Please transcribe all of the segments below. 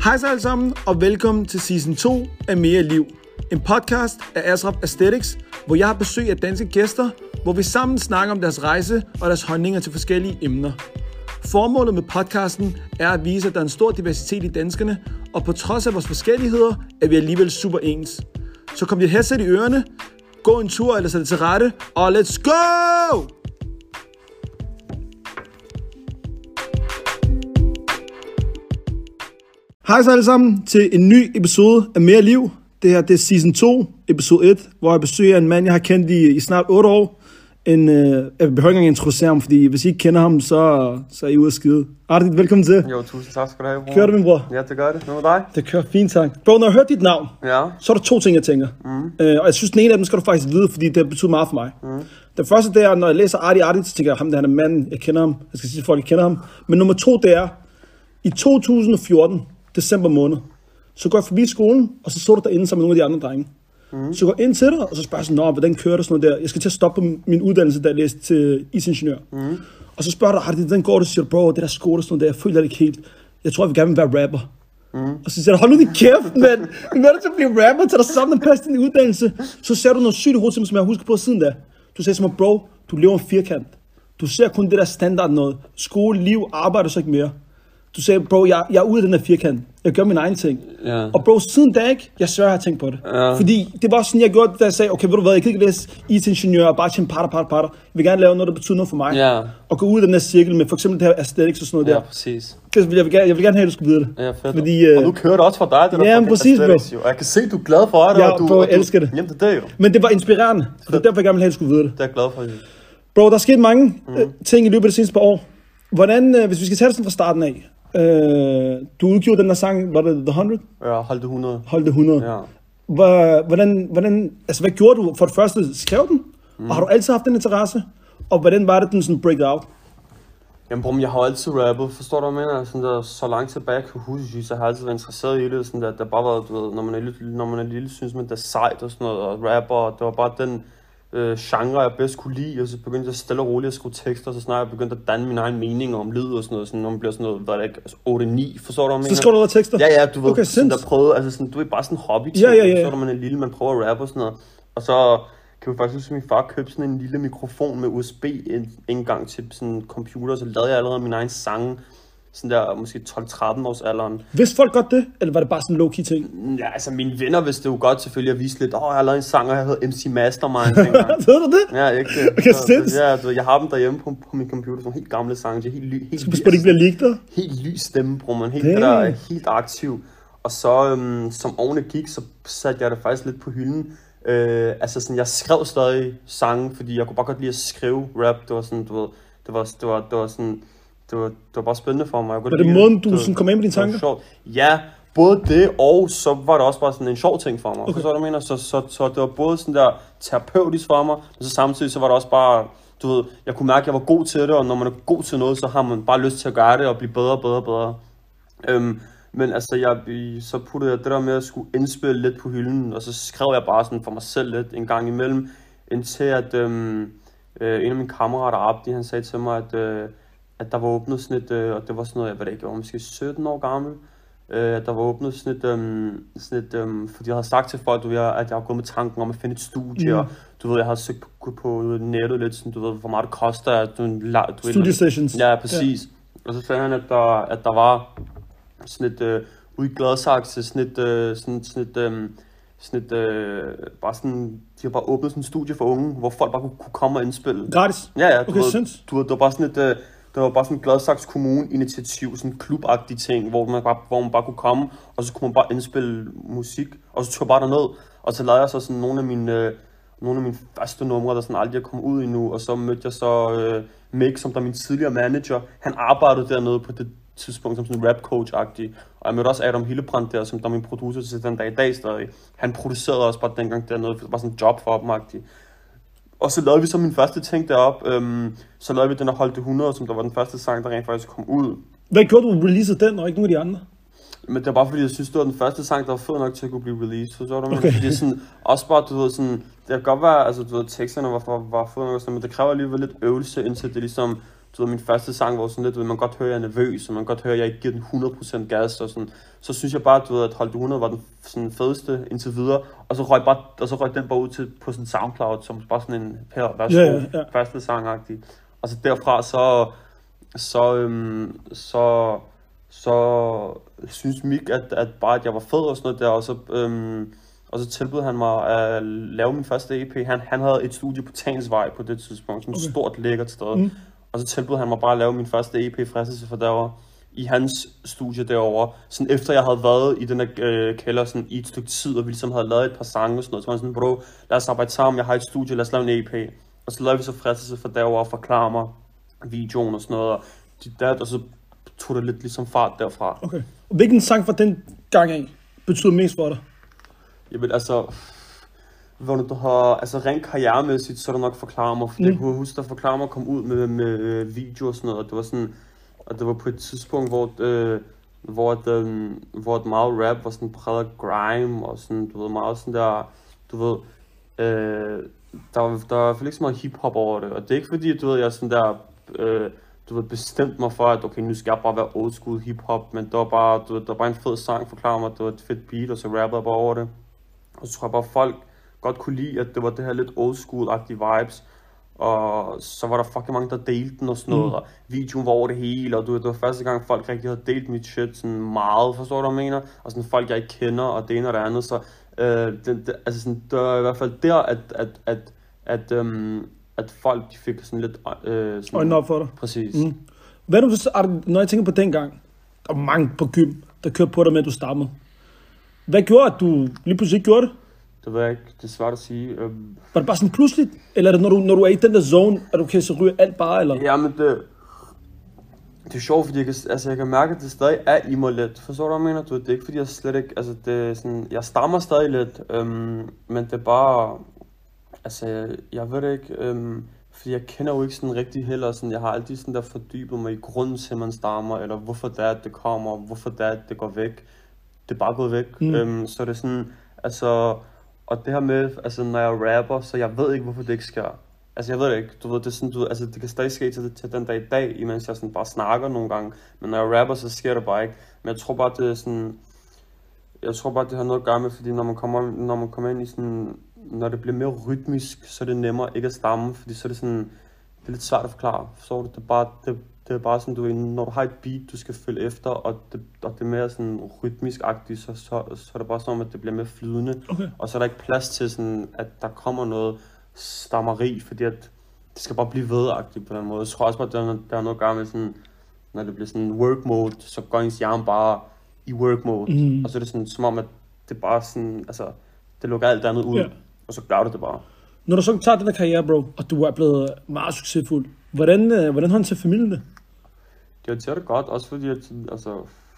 Hej så alle sammen, og velkommen til season 2 af Mere Liv. En podcast af Asrap Aesthetics, hvor jeg har besøg af danske gæster, hvor vi sammen snakker om deres rejse og deres holdninger til forskellige emner. Formålet med podcasten er at vise, at der er en stor diversitet i danskerne, og på trods af vores forskelligheder, er vi alligevel super ens. Så kom dit headset i ørerne, gå en tur eller sæt det til rette, og let's go! Hej så alle sammen til en ny episode af Mere Liv. Det her det er season 2, episode 1, hvor jeg besøger en mand, jeg har kendt i snart 8 år. Jeg behøver ikke engang introducere ham, fordi hvis I ikke kender ham, så er I ude at skide. Ardit, velkommen til. Jo, tusind tak skal du have, bror. Kører det, min bror? Ja, det gør det. Hvad med dig? Det kører fint, tak. Bro, når jeg hører dit navn, så er der 2 ting, jeg tænker. Og jeg synes, den ene af dem skal du faktisk vide, fordi det betyder meget for mig. Den første, det er, når jeg læser Ardit, så tænker jeg, ham der, han er manden, jeg kender ham. Jeg skal sige, at folk kender ham. Men nummer 2, det er, i 2014, december måned, så går jeg forbi skolen, og så du derinde sammen med nogle af de andre drenge. Så går jeg ind til dig, og så spørger jeg sådan, hvordan kører det sådan noget der? Jeg skal til at stoppe på min uddannelse, da jeg læste til isingeniør. Og så spørger du, den går, du siger, bro, det der skole og sådan noget der, jeg føler det ikke helt. Jeg tror, jeg vil gerne være rapper. Og så siger du, hold nu din kæft, mand. Vi er nødt til at blive rapper, til dig sammen og passe din uddannelse. Så ser du noget sygt hurtigt, som jeg husker på siden der. Du sagde til mig, bro, du lever en firkant. Du ser kun det der standard noget. Skole, liv, arbejde så ikke mere. Du sagde, bro, jeg er ude af den der firkant. Jeg gør min egen ting. Ja. Og bro, siden da ikke, jeg sørger, jeg har tænkt på det. Ja. Fordi det var også sådan, jeg gjorde, da jeg sagde, okay, ved du hvad, jeg kan ikke læse IT-ingeniør og bare tjene patter. Jeg vil gerne lave noget, der betyder noget for mig. Ja. Og gå ud af den der cirkel med for eksempel det her aesthetics og sådan noget der. Ja, præcis. Jeg vil gerne have, at du skal vide det. Ja, fedt. Fordi, og nu kører det også for dig, det der ja, præcis, bro. Og jeg kan se, du er glad for det. Ja, og bro, jeg elsker det. Jamen, det er det jo. Men det var inspirerende. Det er derfor, jeg gerne vil have, at du skulle vide det. Det er jeg glad for. Bro, der er sket mange ting i løbet af det seneste par år. Hvordan, hvis vi skal tage det sådan fra starten af. Du udgjorde den der sang, var det The 100? Ja, Hold det 100. Hold det 100. Ja. Hvordan, altså hvad gjorde du? For det første, skrev den? Og har du altid haft den interesse? Og hvordan var det, den sådan break out? Jamen bror, jeg har jo altid rappet, forstår du hvad jeg mener? Sådan der, så langt tilbage jeg kan huske, så har jeg altid været interesseret i det. Sådan der bare været, du ved, når man er lille, synes man det er sejt og sådan noget, og rapper, og det var bare den genre, jeg bedst kunne lide, og så begyndte jeg stille og roligt at skrive tekster, så snart jeg begyndte at danne min egen mening om lyd og sådan noget, sådan, når man bliver sådan noget, hvad det ikke, altså 8-9, forstår du hvad jeg mener? Så skrev du der tekster? Ja, du ved, okay, sådan der prøvede, altså sådan, du er bare sådan en hobby ting, ja. Så når man er lille, man prøver at rappe og sådan noget, og så kan vi faktisk huske, at min far købte sådan en lille mikrofon med USB indgang til sådan en computer, så lavede jeg allerede min egen sang, sådan der måske 12-13 års alderen. Vidste folk godt det, eller var det bare sådan en low-key ting? Ja, altså mine venner vidste jo godt selvfølgelig at vise lidt, jeg har lavet en sang, og jeg havde MC Mastermind dengang. Ved du det? Ja, ikke det. Okay, jeg har dem derhjemme på min computer, sådan helt gamle sange, de helt skal passe på, det ikke bliver leaked? Helt lys stemme, bror man, helt det der er helt aktiv. Og så, som årene gik, så satte jeg det faktisk lidt på hylden. Altså sådan, jeg skrev stadig sange, fordi jeg kunne bare godt lide at skrive rap. Det var sådan, du ved, det var sådan, det var bare spændende for mig. Var det måden, du sådan kom ind med dine tanker? Ja, både det, og så var det også bare sådan en sjov ting for mig. Okay. Så du mener, så det var både sådan der terapeutisk for mig, men så samtidig så var det også bare, du ved, jeg kunne mærke, at jeg var god til det, og når man er god til noget, så har man bare lyst til at gøre det og blive bedre. Men altså, så puttede jeg det der med at skulle indspille lidt på hylden, og så skrev jeg bare sådan for mig selv lidt en gang imellem, indtil at en af mine kammerater, Abdi, han sagde til mig, at der var åbnet sådan et, og det var sådan noget, jeg ved ikke, jeg var måske 17 år gammel, at der var åbnet sådan et, fordi jeg havde sagt til folk, at jeg har gået med tanken om at finde et studie, og du ved, jeg har søgt på nettet lidt, sådan, du ved, hvor meget det koster, at studio sessions. Ja, præcis. Ja. Og så sagde han, at der var sådan et, ude i Gladsaxe, bare sådan, de har bare åbnet sådan en studie for unge, hvor folk bare kunne komme og indspille. Gratis? Ja, okay, du ved, det var bare sådan et, det var bare sådan en Gladsaxe Kommune-initiativ, sådan en klubagtig ting, hvor man bare kunne komme, og så kunne man bare indspille musik, og så tog jeg bare derned, og så lavede jeg så sådan nogle af mine første numre, der sådan aldrig er kommet ud endnu, og så mødte jeg så Mick, som der er min tidligere manager. Han arbejdede dernede på det tidspunkt som sådan en rap-coach-agtig, og jeg mødte også Adam Hillebrandt der, som der er min producer til den dag i dag stadig. Han producerede også bare dengang dernede, for det var sådan en job for dem-agtig. Og så lavede vi så min første ting deroppe, så lavede vi den der Hold det 100, som der var den første sang, der rent faktisk kom ud. Hvad gjorde du, releasede den, og ikke nogen af de andre? Men det var bare fordi, jeg synes, det var den første sang, der var fed nok til at kunne blive released, så var det okay. Fordi sådan, også bare, du ved, sådan, det kan godt være, altså du ved, teksterne var fed nok, men det kræver alligevel lidt øvelse, indtil det ligesom, du ved, min første sang var sådan lidt, du ved, man kan godt høre, at jeg er nervøs, og man kan godt høre, at jeg ikke giver den 100% gas, og sådan. Så synes jeg bare, du ved, at Hold 100 var den sådan fedeste indtil videre, og så røg den bare ud til på sådan SoundCloud, som bare sådan en første sang-agtig. Og så derfra, så synes Mik, at bare, at jeg var fed og sådan noget der, og så tilbød han mig at lave min første EP. Han havde et studie på Tagensvej på det tidspunkt, sådan et stort lækkert sted. Og så tilbød han mig bare at lave min første EP, Fristelse for derovre, i hans studie derovre. Sådan efter jeg havde været i den der kælder sådan i et stykke tid, og vi ligesom havde lavet et par sange og sådan noget, så var han sådan, bro, lad os arbejde sammen, jeg har et studie, lad os lave en EP. Og så lavede vi så Fristelse for derovre og forklare mig videoen og sådan noget, og så tog det lidt ligesom fart derfra. Okay. Og hvilken sang fra den gang af betyder mest for dig? Jamen altså, hvor du har, altså rent karrieremæssigt, så er der nok Forklare mig, for jeg kunne huske, at Forklare mig kom ud med video og sådan noget, og det var sådan, og det var på et tidspunkt, hvor et meget rap var sådan præget af grime, og sådan, du ved, meget sådan der, du ved, der var i hvert fald ikke så meget hiphop over det, og det er ikke fordi, du ved, jeg sådan der, du ved, bestemt mig for, at okay, nu skal jeg bare være old school hiphop, men det var bare, du ved, det var bare en fed sang, Forklare mig, det var et fedt beat, og så rappede jeg bare over det. Og så tror jeg bare, folk godt kunne lide, at det var det her lidt old school-agtige vibes. Og så var der fucking mange, der delte den og sådan noget, og videoen var over det hele, og du ved, det var første gang, folk rigtig havde delt mit shit sådan meget, forstår du, hvad jeg mener? Og sådan folk, jeg ikke kender, og det ene og det andet, så altså sådan, det var i hvert fald der, at folk, de fik sådan lidt... sådan, øjnene op for dig. Præcis. Hvad du, når jeg tænker på dengang, der var mange på gym, der kørte på dig med, at du stammede. Hvad gjorde, at du lige pludselig ikke gjorde det? Det ved jeg ikke, det er svært at sige. Var det bare sådan pludseligt? Eller er det, når du er i den der zone, at du kan så ryge alt bare, eller? Jamen det er sjovt, fordi jeg kan mærke, at det stadig er i mig lidt. Forstår du, hvad jeg mener? Det er ikke, fordi jeg slet ikke... Altså, det er sådan, jeg stammer stadig lidt, men det er bare... Altså, jeg ved det ikke... fordi jeg kender jo ikke sådan rigtig heller sådan... Jeg har altid sådan der fordybet mig i grunden til, at man stammer, eller hvorfor det er, at det kommer, hvorfor det er, at det går væk. Det er bare gået væk. Så det er sådan... Altså... Og det her med, altså når jeg rapper, så jeg ved ikke, hvorfor det ikke sker. Altså jeg ved det ikke, du ved, det er sådan, du ved, altså det kan stadig ske til den dag i dag, imens jeg sådan bare snakker nogle gange. Men når jeg rapper, så sker det bare ikke. Men jeg tror bare, det er sådan, jeg tror bare, det har noget at gøre med, fordi når man kommer ind i sådan, når det bliver mere rytmisk, så er det nemmere ikke at stamme, fordi så er det sådan, det er lidt svært at forklare, forstår du? Det er bare sådan, du ved, når du har et beat, du skal følge efter, og det er mere sådan rytmisk-agtigt, så er det bare sådan, at det bliver mere flydende. Okay. Og så er der ikke plads til sådan, at der kommer noget stammeri, fordi at det skal bare blive vedagtigt på den måde. Jeg tror også bare, at der er noget at gøre med sådan, når det bliver sådan work mode, så går ens hjerne bare i work mode. Og så er det sådan, som om, at det bare sådan, altså, det lukker alt andet ud, og så gør det bare. Når du så tager den der karriere, bro, og du er blevet meget succesfuld, hvordan håndterer familien det? De håndterer det godt, også fordi, at, altså,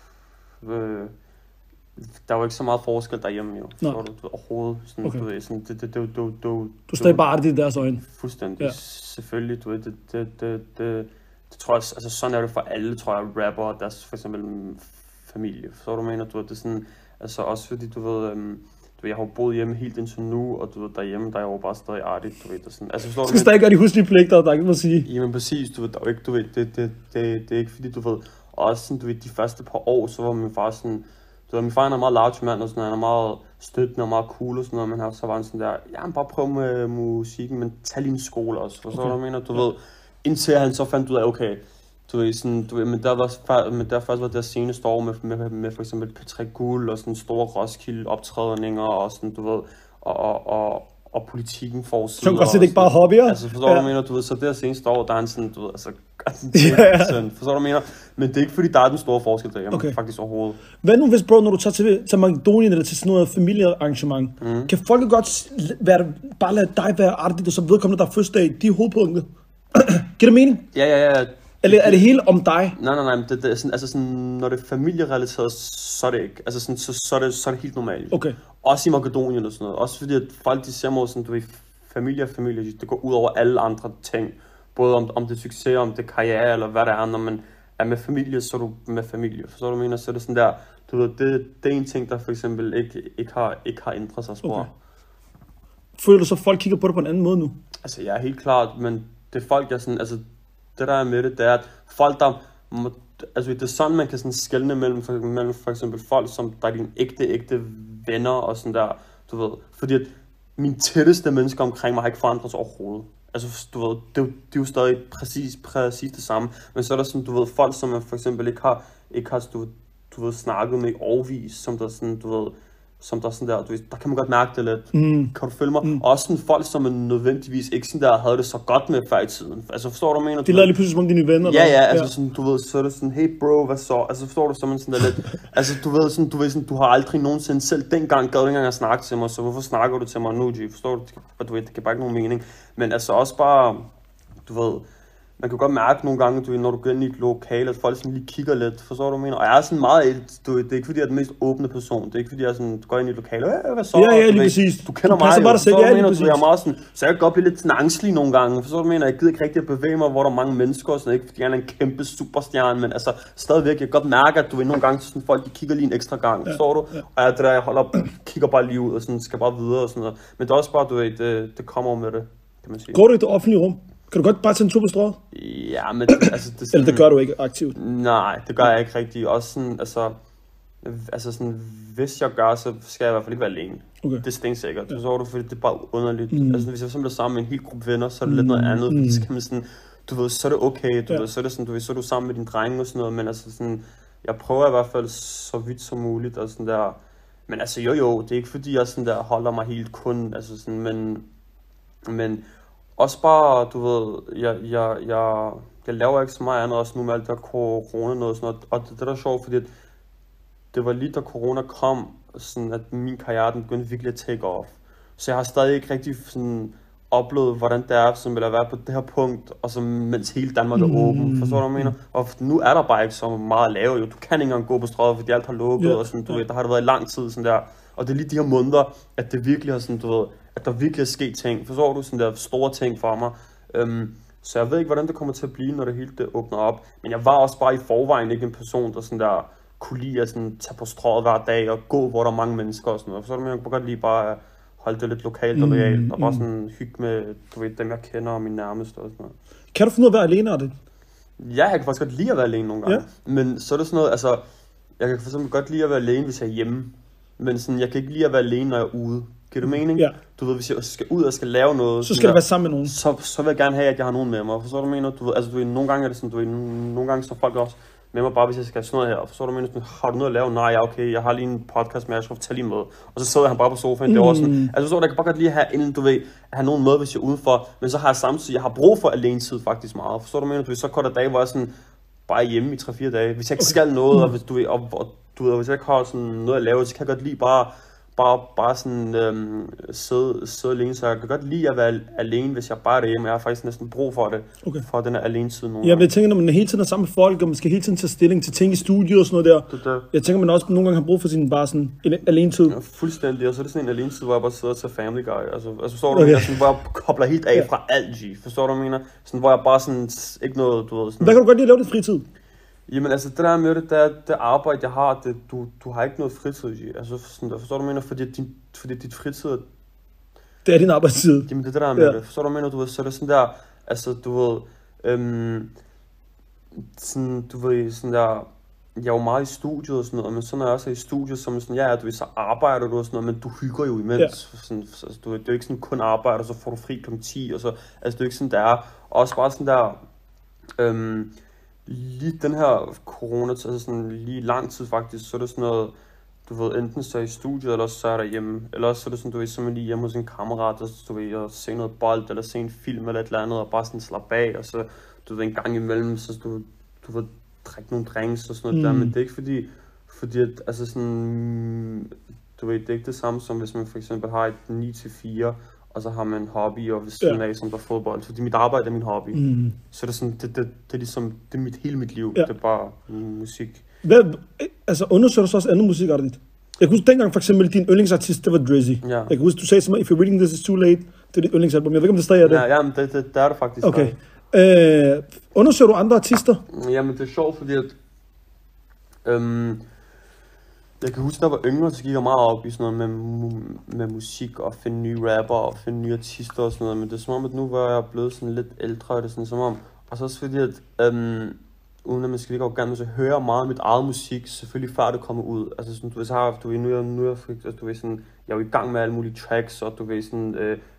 der var ikke så meget forskel derhjemme, jo. Så du overhovedet, sådan, okay. Du ved, sådan, du er stadig bare det i deres øjne. Fuldstændig, selvfølgelig, du ved, det tror jeg, altså sådan er det for alle, tror jeg, rapper og deres, for eksempel, familie, så du mener, du ved, det er sådan, altså også fordi, du ved, jeg har jo boet hjemme helt indtil nu, og du ved, derhjemme, der er jo bare stadig artigt, du ved, det sådan. Altså, du skal stadig gøre de huslige pligter, der ikke må sige. Jamen præcis, du ved, der er jo ikke, du ved, det er ikke fordi, du ved, og også sådan, du ved, de første par år, så var min far sådan, du ved, min far er en meget large mand, og sådan, han er meget støttende og meget cool og sådan noget, men så var han sådan der, ja, bare prøv med musikken, men tag lige en skole også, og så okay. Mener, du ved, indtil han så fandt ud af, okay, du ved, sådan, du ved, men der først var det seneste år med for eksempel P3 Guld og sådan store Roskilde optrædninger og sådan, du ved, og politikken forsider. Så kan det ikke bare hobbyer? Altså, forstår du, hvad mener, du ved, så det seneste år, der er han sådan, du ved, altså, forstår du, hvad mener, men det er ikke fordi, der er den store forskel derhjemme, okay. Faktisk overhovedet. Hvad nu hvis, bro, når du tager til Makedonien eller til sådan noget familiearrangement, kan folk godt bare lade dig være artigt, og så vedkommende, der er første dag, de er hovedpunktet? Giver det mening? Ja. Eller er det hele om dig? Nej, det er sådan, altså sådan, når det er familierelateret, så er det ikke. Altså sådan, så er det helt normalt. Okay. Også i Makedonien og sådan noget. Også fordi, at folk, de ser mig sådan, du ved, familie, det går ud over alle andre ting. Både om det er succes, om det er karriere, eller hvad det er. Når man er med familie, så er du med familie. Så du mener, så er det sådan der, du ved, det er en ting, der for eksempel ikke har ændret sig spor. Okay. Føler du så, at folk kigger på dig på en anden måde nu? Altså, jeg er helt klart, men det er folk, jeg sådan, altså, det der er med det, det er, at folk der, altså det er sådan, man kan sådan skelne mellem for eksempel folk, som der er dine ægte venner og sådan der, du ved, fordi at mine tætteste mennesker omkring mig har ikke forandret sig overhovedet. Altså, du ved, det er jo stadig præcis det samme, men så er der sådan, du ved, folk, som man for eksempel ikke har du ved, snakket med i årevis, som der sådan, du ved, som der sådan der, du ved, der kan man godt mærke det lidt. Kan du følge mig? Også sådan folk, som man nødvendigvis ikke sådan der havde det så godt med før i tiden. Altså, forstår du, hvad jeg mener? De lader lige pludselig som om dine venner. Ja, altså sådan, du ved, så er det sådan, hey bro, hvad så? Altså, forstår du, så man sådan der lidt, altså, du ved sådan, du har aldrig nogensinde selv dengang gad du ikke engang at snakke til mig, så hvorfor snakker du til mig nu, G? Forstår du, det giver bare ikke nogen mening. Men altså også bare, du ved, man kan godt mærke nogle gange, du ved, når du går ind i et lokale, at folk sådan lige kigger lidt, forstår du, mener? Og jeg er sådan meget, du ved, det er ikke fordi, jeg er den mest åbne person, det er ikke fordi, jeg er sådan, går ind i et lokale, hvad så? Ja, lige præcis. Du kender mig jo, forstår du, mener? Du er meget sådan, så jeg kan godt blive lidt sådan angstlig nogle gange, forstår du, mener? Jeg gider ikke rigtig at bevæge mig, hvor der er mange mennesker og sådan, ikke fordi jeg er en kæmpe superstjerne, men altså, stadigvæk, jeg kan godt mærke, at du ved, nogle gange, så sådan, folk, de kigger lige en ekstra gang, forstår du? Og jeg, det der, jeg holder op, kigger bare lige ud og sådan, skal bare videre og sådan noget. Men det er også bare, du ved, det kommer med det, kan man sige. Går du i det offentlige rum? Kan du godt bare tage en tur på Strøget? Ja, men altså... Det sådan, eller det gør du ikke aktivt? Nej, det gør jeg ikke rigtig. Også sådan, altså sådan, hvis jeg gør, så skal jeg i hvert fald ikke være alene. Okay. Det er stensikkert. Ja. Så fordi det er bare underligt. Altså, hvis jeg simpelthen er sammen med en hel gruppe venner, så er det lidt noget andet. Så kan man sådan, du ved, så er det okay. Du ved, så er det sådan, du ved, så er du sammen med dine drenge og sådan noget. Men altså sådan, jeg prøver i hvert fald så vidt som muligt og sådan der. Men altså, jo, det er ikke fordi, jeg sådan der holder mig helt kun, altså sådan, men også bare, du ved, jeg laver ikke så meget andet også nu med alt der corona noget og sådan noget. Og det der er sjovt, fordi det var lige da corona kom, sådan at min karriere den begyndte virkelig at take off. Så jeg har stadig ikke rigtig sådan oplevet, hvordan det er som at være på det her punkt, og så mens hele Danmark er åben, forstår du, hvad jeg mener? Og nu er der bare ikke så meget at lave, jo. Du kan ikke engang gå på Strøget, fordi alt har lukket, og sådan, du ved, der har det været i lang tid, sådan der. Og det er lige de her måneder, at det virkelig har sådan, du ved, at der virkelig er sket ting, forstår du, sådan der store ting for mig. Så jeg ved ikke, hvordan det kommer til at blive, når det hele det åbner op. Men jeg var også bare i forvejen ikke en person, der sådan der kunne lide at sådan tage på Strøget hver dag og gå, hvor der er mange mennesker og sådan noget. Forstår du, jeg kunne godt lide bare holde det lidt lokalt og realt, og bare sådan hygge med, du ved, dem jeg kender og mine nærmeste og sådan noget. Kan du finde ud af at være alene af det? Ja, jeg kan faktisk godt lide at være alene nogle gange. Ja. Men så er det sådan noget, altså, jeg kan for eksempel godt lide at være alene, hvis jeg er hjemme. Men sådan, jeg kan ikke lide at være alene, når jeg er ude. Giver det mening? Ja. Du ved, hvis jeg skal ud og skal lave noget, så skal du være sammen med nogen. Så vil jeg gerne have, at jeg har nogen med mig. Forstår du, mener? Du ved, altså, du ved, nogle gange er det sådan, du ved, nogle gange så folk også med mig bare, hvis jeg skal sådan noget her. Forstår du, mener? Har du noget at lave? Nej, ja, okay, jeg har lige en podcast med, jeg skal fortælle lige med. Og så sidder han bare på sofaen derovre sådan. Altså, så jeg kan bare godt lige have, du ved, have nogen med, hvis jeg er udenfor. Men så har jeg samtidig, jeg har brug for alenetid faktisk meget. Forstår du, mener? Du ved, så korte dage, hvor jeg sådan bare hjemme i 3-4 dage. Hvis jeg ikke skal noget, og hvis du ved, du ved, hvis jeg ikke har sådan noget at lave, så kan jeg godt lide bare sådan sidde alene, så jeg kan godt lide at være alene, hvis jeg bare er derhjemme. Jeg har faktisk næsten brug for det, for den her alene-tid nogle gange. Jeg tænker, når man hele tiden er sammen med folk, og man skal hele tiden tage stilling til ting i studiet og sådan noget der. Jeg tænker, man også nogle gange har brug for sin bare sådan alene-tid. Ja, fuldstændig, og så er det sådan en alene-tid, hvor jeg bare sidder til Family Guy. Altså forstår du, sådan, hvor jeg kobler helt af fra alt, G. Forstår du, hvad jeg mener? Sådan, hvor jeg bare sådan, ikke noget, du ved. Sådan, hvad kan du godt lide at lave din fritid? Jamen altså, det der med det arbejde, jeg har, du har ikke noget fritid, altså sådan der, forstår du, mener, fordi dit fritid det er din arbejdstid. Jamen det der med det, forstår du, mener, du ved, så er det sådan der, altså du ved, sådan, du ved, sådan der, jeg er jo meget i studiet og sådan noget, men så når jeg også er i studiet, så er sådan, ja, du ved, så arbejder du og sådan noget, men du hygger jo imens, sådan, så, du ved, det er jo ikke sådan kun arbejde, og så får du fri kl. 10, og så, altså det er jo ikke sådan, der er, også bare sådan der, lige den her corona, altså sådan lige lang tid faktisk, så er det sådan noget, du ved, enten så er i studiet, eller så er der hjemme, eller også så er det sådan, du ved, så er man lige hjemme hos en kammerat, og du ved, og se noget bold, eller se en film eller et eller andet, og bare sådan slappe af, og så, du ved, en gang imellem, så du ved, drikke nogle drinks og sådan noget der, men det er ikke fordi at, altså sådan, du ved, det er ikke det samme som hvis man for eksempel har et 9-4, og så har man en hobby, og ved siden af, som der er fodbold. Fordi mit arbejde er min hobby. Så det er sådan, det er ligesom, det er hele mit liv. Det er bare musik. Altså, undersøger du så også andet musikartigt? Jeg kan huske dengang for eksempel, din yndlingsartist, det var Drizzy. Ja. Jeg kan huske, du sagde til mig, if you're reading this is too late, det er dit yndlingsalbum. Jeg ved ikke, om det stadig er det. Ja, men det er det faktisk. Okay. Undersøger du andre artister? Jamen, det er sjovt, fordi at jeg kan huske, da jeg var yngre, så gik jeg meget op i sådan noget med musik og finde nye rapper og finde nye artister og sådan noget. Men det er som om, at nu hvor jeg er blevet sådan lidt ældre, det er sådan som om, Og så også fordi, at uden at man skal ikke gå gerne, så hører meget af mit eget musik, selvfølgelig før det kommer ud. Altså sådan, du ved, så har du ved, nu er du ved, sådan, jeg er jo i gang med alle mulige tracks, og du ved, sådan,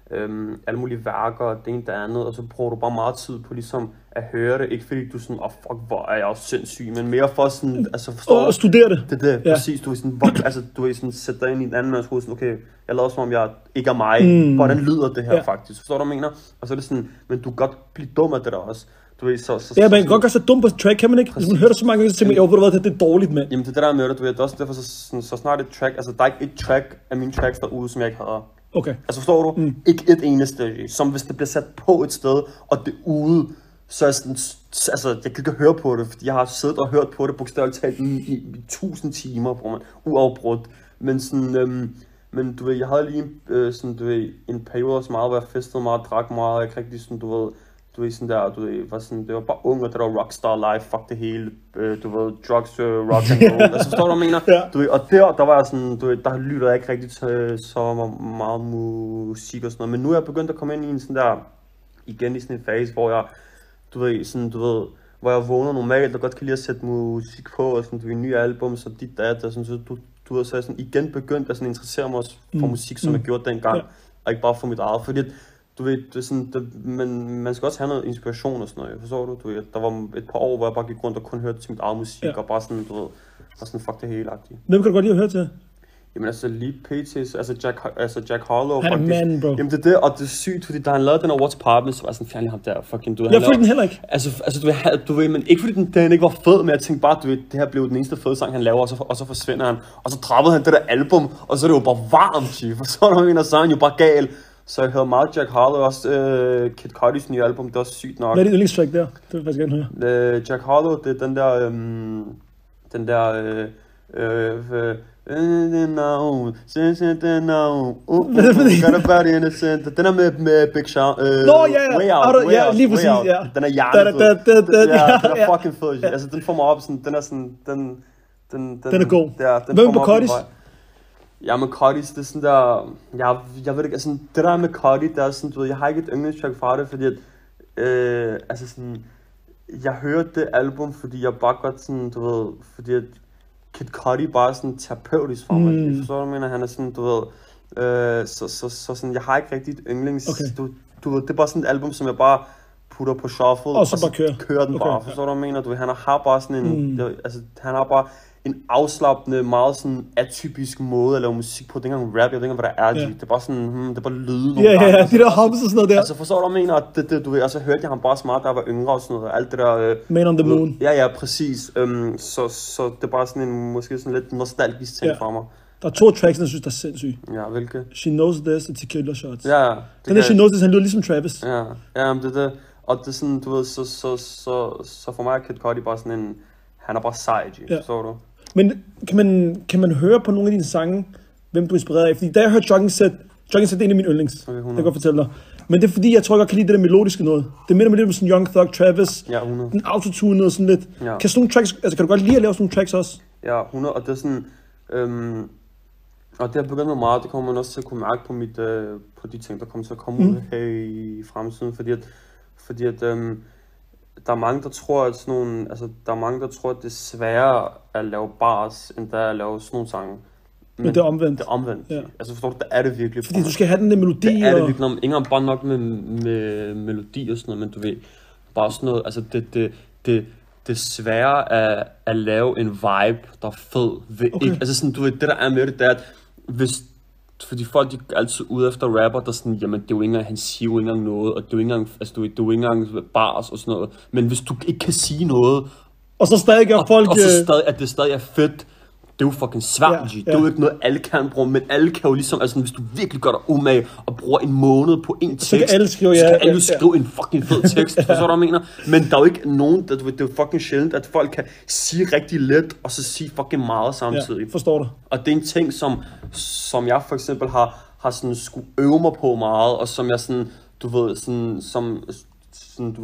alle mulige værker, og det ene det andet, og så bruger du bare meget tid på ligesom at høre det, ikke fordi du sådan, fuck, hvor er jeg også sindssyg, men mere for sådan, altså forstår og studere det. Det er det, præcis, du ved sådan, altså du ved sådan, sætte dig ind i en anden mands hoved, sådan, okay, jeg lader som om jeg ikke er mig, hvordan lyder det her faktisk, forstår du, hvad jeg mener? Og så er det sådan, men du kan godt blive dum af det der også. Du ved, man kan godt gøre sig dum på track, kan man ikke? Hvis man hører det så mange gange, så tænker man, ved du hvad, det er dårligt med. Jamen det der med det, du ved, det er også derfor, så snart et track, altså der er ikke et track af mine tracks derude, som jeg ikke hader. Okay. Altså forstår du? Ikke et eneste, som hvis det bliver sat på et sted, og det er ude, så er sådan, altså jeg kan ikke høre på det, fordi jeg har siddet og hørt på det bogstaveligt talt i 1000 timer, hvor man uafbrudt. Men sådan, men du ved, jeg havde lige sådan, du ved, en periode også meget, hvor jeg festede meget, drak meget, og ikke rigtig sådan, du ved, sådan der, du ved, var sådan, det var bare ung, og det var rockstar life, fuck det hele, du ved, drugs, rock and roll, altså forstår du, hvad jeg mener? Ja. Du ved, og der var jeg sådan, du ved, der lytter jeg ikke rigtig til så meget musik og sådan noget, men nu er jeg begyndt at komme ind i en sådan der, igen i sådan en fase, hvor jeg, du ved, hvor jeg vågner normalt, og godt kan lide at sætte musik på, og sådan, du ved, nye album, så dit dat, og sådan, så du ved, så jeg sådan igen begyndt at sådan interessere mig også for musik, som jeg gjorde dengang, og ikke bare for mit eget, fordi du ved, det er sådan, men man skal også have noget inspiration og sådan noget, forstår du? Du ved, der var et par år, hvor jeg bare gik rundt og kun hørte til mit eget musik, og bare sådan, du ved, bare sådan, fuck det hele-agtigt. Hvem kan du godt lide at høre til? Jamen altså lige pt, altså Jack Harlow han er faktisk. Man, bro. Jamen det er det, og det er sygt, fordi da han lavede den her What's Poppin', så var jeg sådan, fjernlig ham der, fucking, du ved. Jeg følte den heller ikke. Altså du ved, men ikke fordi den ikke var fed, men jeg tænkte bare, du ved, det her blev den eneste fede sang, han laver, og så forsvinder han, og så drappede han det der album, og så er det jo bare varmt, chief, og så er så er han jo bare gal. Så jeg hører meget Jack Harlow, også Kid Cudi's nye album, det er også sygt nok. Hvad er det yndlingstrack der? Det vil jeg faktisk gerne høre. Jack Harlow, det er den der, den er med Big Sean. Way Out, ja, lige præcis, ja. Den er hjernet. Den er fucking fed. Altså, den får mig op, sådan, den er sådan, den er god. Hvem på Cudi's? Ja, med Cudi's, det er sådan der, jeg ved ikke, altså det der med Cudi, der er sådan, du ved, jeg har ikke et yndlingstrack fra det, fordi at, altså sådan, jeg hørte det album, fordi jeg bare godt sådan, du ved, fordi at Kid Cudi bare er sådan terapeutisk for mig, forstår du, mener, han er sådan, du ved, så sådan, jeg har ikke rigtig et yndlings, okay. Du ved, det er bare sådan et album, som jeg bare putter på shuffle, og så bare kører den bare, forstår du, hvad jeg mener, du ved, han har bare sådan en, altså, han har bare en afslappende, meget sådan atypisk måde at lave musik på. Det er ikke engang rap, jeg ved ikke, hvad der er. Det er bare sådan, det er bare lyde nogle gange. Ja, de der hums og sådan noget der. Altså forstår du, hvad jeg mener? Du ved, og så hørte jeg ham bare smart, da jeg var yngre og sådan noget. Alt det der... Man on the Moon. Ja, præcis. Så det er bare sådan en, måske sådan lidt nostalgisk ting for mig. Der er 2 tracks, jeg synes, der er sindssyge. Ja, hvilke? She Knows This og Tequila Shots. Ja. Den der She Knows This, han lyder ligesom Travis. Ja, men det er det. Og det er sådan, du ved, så for mig er Kid Cudi bare sådan en... Han er bare sej, forstår du? Men kan man høre på nogle af dine sange, hvem du er inspireret af? Fordi da jeg hørte Jogging Set er en af mine yndlings. Okay, det kan jeg godt fortælle dig. Men det er fordi, jeg tror, jeg kan lide det der melodiske noget. Det minder mig lidt om sådan Young Thug, Travis. Ja, 100. Den autotune og sådan lidt. Ja. Kan sådan nogle tracks, altså kan du godt lide at lave sådan nogle tracks også? Ja, 100. Og det er sådan... og det har begyndt med meget, det kommer man også til at kunne mærke på på de ting, der kommer til at komme ud her i fremtiden. Fordi at der er mange, der tror, at sådan nogle, altså, der er mange, der tror, at det er sværere at lave bars, end der at lave sådan nogle sange. Men det er omvendt. Det er omvendt. Ja. Altså forstår du, det er det virkelig. Fordi du skal have den der melodi. Det er det virkelig. Ikke engang bare nok med melodi og sådan noget, men du ved, bare sådan noget, altså det er sværere at lave en vibe, der er fed. Okay. Ikke, altså sådan, du ved, det der er med det, der er, at fordi folk de er altid ude efter rapper, der sådan, jamen det er jo ikke engang, han siger jo ikke engang noget, og det er jo ikke engang, altså, det er jo ikke engang bars og sådan noget. Men hvis du ikke kan sige noget, og så stadig gør folk... Og så stadig, at det stadig er fedt, det er jo fucking svært, Det er jo ikke noget, alle kan bruge, men alle kan jo ligesom, altså hvis du virkelig gør dig umage og bruger en måned på en tekst, så kan alle skrive, en fucking fed tekst, forstår du, hvad jeg mener? Men der er jo ikke nogen, det er jo fucking sjældent, at folk kan sige rigtig let, og så sige fucking meget samtidig. Ja, forstår du. Og det er en ting, som jeg for eksempel har sådan skulle øve mig på meget, og som jeg sådan, du ved, sådan, du ved,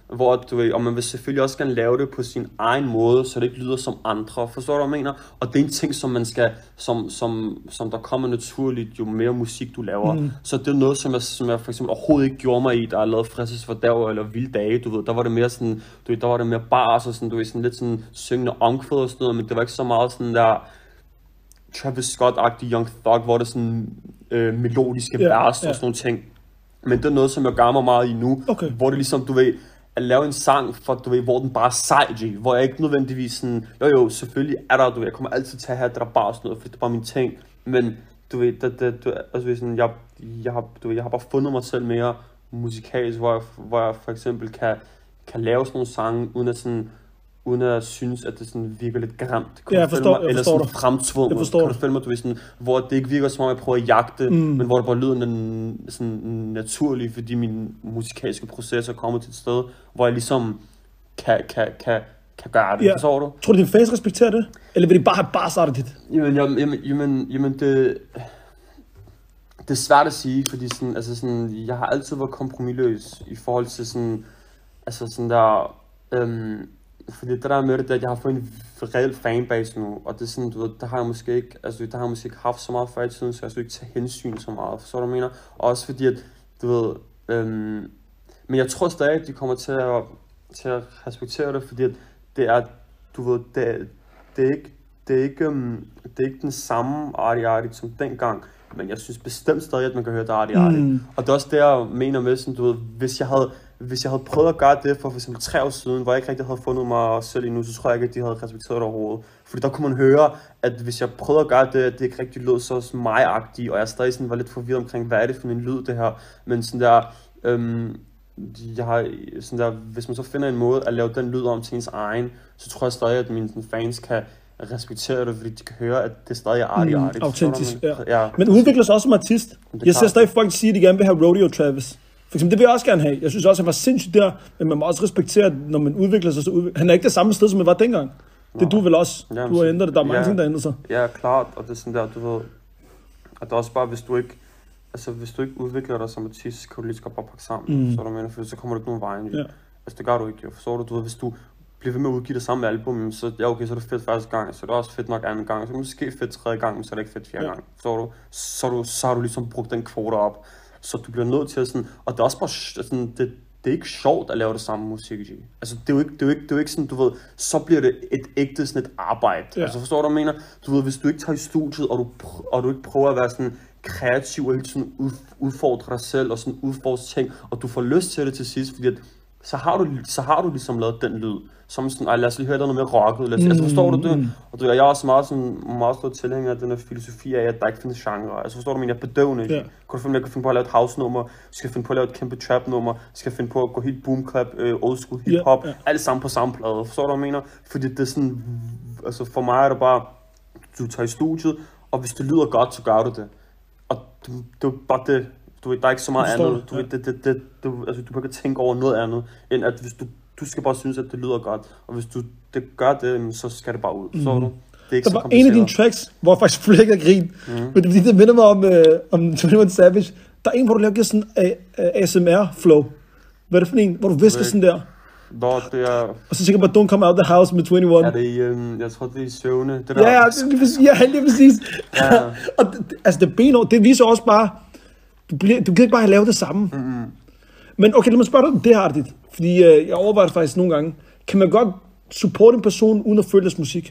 hvor du ved, og man vil selvfølgelig også gerne lave det på sin egen måde, så det ikke lyder som andre. Forstår du, hvad jeg mener? Og det er en ting, som man skal, som der kommer naturligt, jo mere musik du laver. Så det er noget, som jeg for eksempel overhovedet ikke gjorde mig i, der er lavet Fristes for Dag eller Vilde Dage, du ved. Der var det mere sådan, du ved, der var det mere bars og sådan, du ved, sådan lidt sådan syngende omkvæd og sådan noget, men det var ikke så meget sådan der Travis Scott-agtig Young Thug, hvor det sådan melodiske vers og sådan nogle ting. Men det er noget, som jeg gør mig meget i nu, hvor det ligesom, du ved, at lave en sang, for, du ved, hvor den bare er sej, hvor jeg ikke nødvendigvis sådan, jo, selvfølgelig er der, du ved, jeg kommer altid til at have det der bare sådan noget, for det er bare min ting, men du ved, altså sådan, jeg har bare fundet mig selv mere musikalsk, hvor jeg for eksempel kan lave sådan nogle sange, uden at synes, at det sådan virker lidt grimt. Jeg forstår eller sådan fremtvunget. Kan du følge mig, du ved, sådan, hvor det ikke virker som om, jeg prøver at jagte, men hvor det bare lyder sådan naturligt, fordi min musikalske proces er kommet til et sted, hvor jeg ligesom kan gøre det. Forstår du? Tror du, dine fans respekterer det? Eller vil de bare have barsartet dit? Jamen det er svært at sige, fordi sådan, altså sådan, jeg har altid været kompromisløs i forhold til sådan, altså sådan der, fordi det der med det, at jeg har fået en reel fanbase nu, og det er sådan, du ved, der har jeg måske ikke haft så meget før i tiden, så jeg skulle ikke tage hensyn så meget, så du mener, og også fordi at, du ved, men jeg tror stadig, at de kommer til at respektere det, fordi at det er, du ved, det er ikke den samme Artie som dengang, men jeg synes bestemt stadig, at man kan høre det Artie. Og det er også det, jeg mener med, sådan, du ved, hvis jeg havde prøvet at gøre det for eksempel 3 år siden, hvor jeg ikke rigtig havde fundet mig selv endnu, så tror jeg ikke, at de havde respekteret det overhovedet. Fordi der kunne man høre, at hvis jeg prøvede at gøre det, at det ikke rigtig lød så mig-agtigt, og jeg stadig sådan var lidt forvirret omkring, hvad er det for en lyd, det her. Men sådan der, hvis man så finder en måde at lave den lyd om til ens egen, så tror jeg stadig, at mine fans kan respektere det, fordi de kan høre, at det stadig er Artie. Autentisk, ja. Men udvikler sig også som artist. Jeg ser stadig folk sige, at de gerne vil have Rodeo Travis. For eksempel, det vil jeg også gerne have. Jeg synes også, at han var sindssygt der, men man må også respektere, at når man udvikler sig, så han er ikke det samme sted, som han var dengang. Det er du vel også. Du har ændret det. Der er mange ting, der ændrer sig. Ja, klart. Og det er sådan der, du ved, at det er også bare, hvis du ikke udvikler dig som artist, kan du lige så godt bare pakke sammen. Så du mener, for så kommer du ikke nogen vejen. Altså, det gør du ikke, jo. Forstår du? Du ved, hvis du bliver ved med at udgive det samme album, så ja, okay, så er det fedt første gang, så er det også fedt nok anden gang, så er det måske fedt tredje gang, men så er det ikke fedt fjerde gang. Forstår du? Så har du ligesom brugt den kvote op. Så du bliver nødt til at sådan, og det er også bare sådan, det er ikke sjovt at lave det samme musik. Altså det er jo ikke sådan, du ved, så bliver det et ægte sådan et arbejde. Altså forstår du, hvad jeg mener? Du ved, hvis du ikke tager i studiet, og du ikke prøver at være sådan kreativ og helt sådan udfordre dig selv og sådan udfordre ting, og du får lyst til det til sidst, fordi at, så har du ligesom lavet den lyd, som sådan, lad os lige høre noget mere rocket, altså forstår du det? Og jeg er også meget stor tilhænger af den her filosofi af, at der ikke findes genre, altså forstår du, men jeg er bedøvende, jeg kan finde på at lave et house-nummer, skal finde på at lave et kæmpe trap-nummer, skal finde på at gå helt boom-clap, old school hip-hop, alt sammen på samme plade, forstår du, hvad jeg mener? Fordi det er sådan, altså for mig er det bare, du tager i studiet, og hvis det lyder godt, så gør du det, og det er bare det. Du ved, der er ikke så meget andet. Du ved, du kan ikke tænke over noget andet, end at hvis du skal bare synes, at det lyder godt. Og hvis du gør det, så skal det bare ud. Så du? Det er ikke der var en af dine tracks, hvor jeg faktisk flækker af grin. Men det er fordi, det minder mig om 21 Savage. Der er en, hvor du laver sådan ASMR-flow. Hvad er det for en? Hvor du visker sådan der. Det er... Og så tænker jeg bare, don't come out the house med 21. Ja, det er jeg tror, det er i søvne. Det der... Ja, lige præcis. Ja. Og altså, det benår, det viser også bare, du kan ikke bare have lavet det samme. Men okay, lad mig spørge dig om det her, Artie. Fordi jeg overvejer faktisk nogle gange. Kan man godt supporte en person, uden at føle deres musik?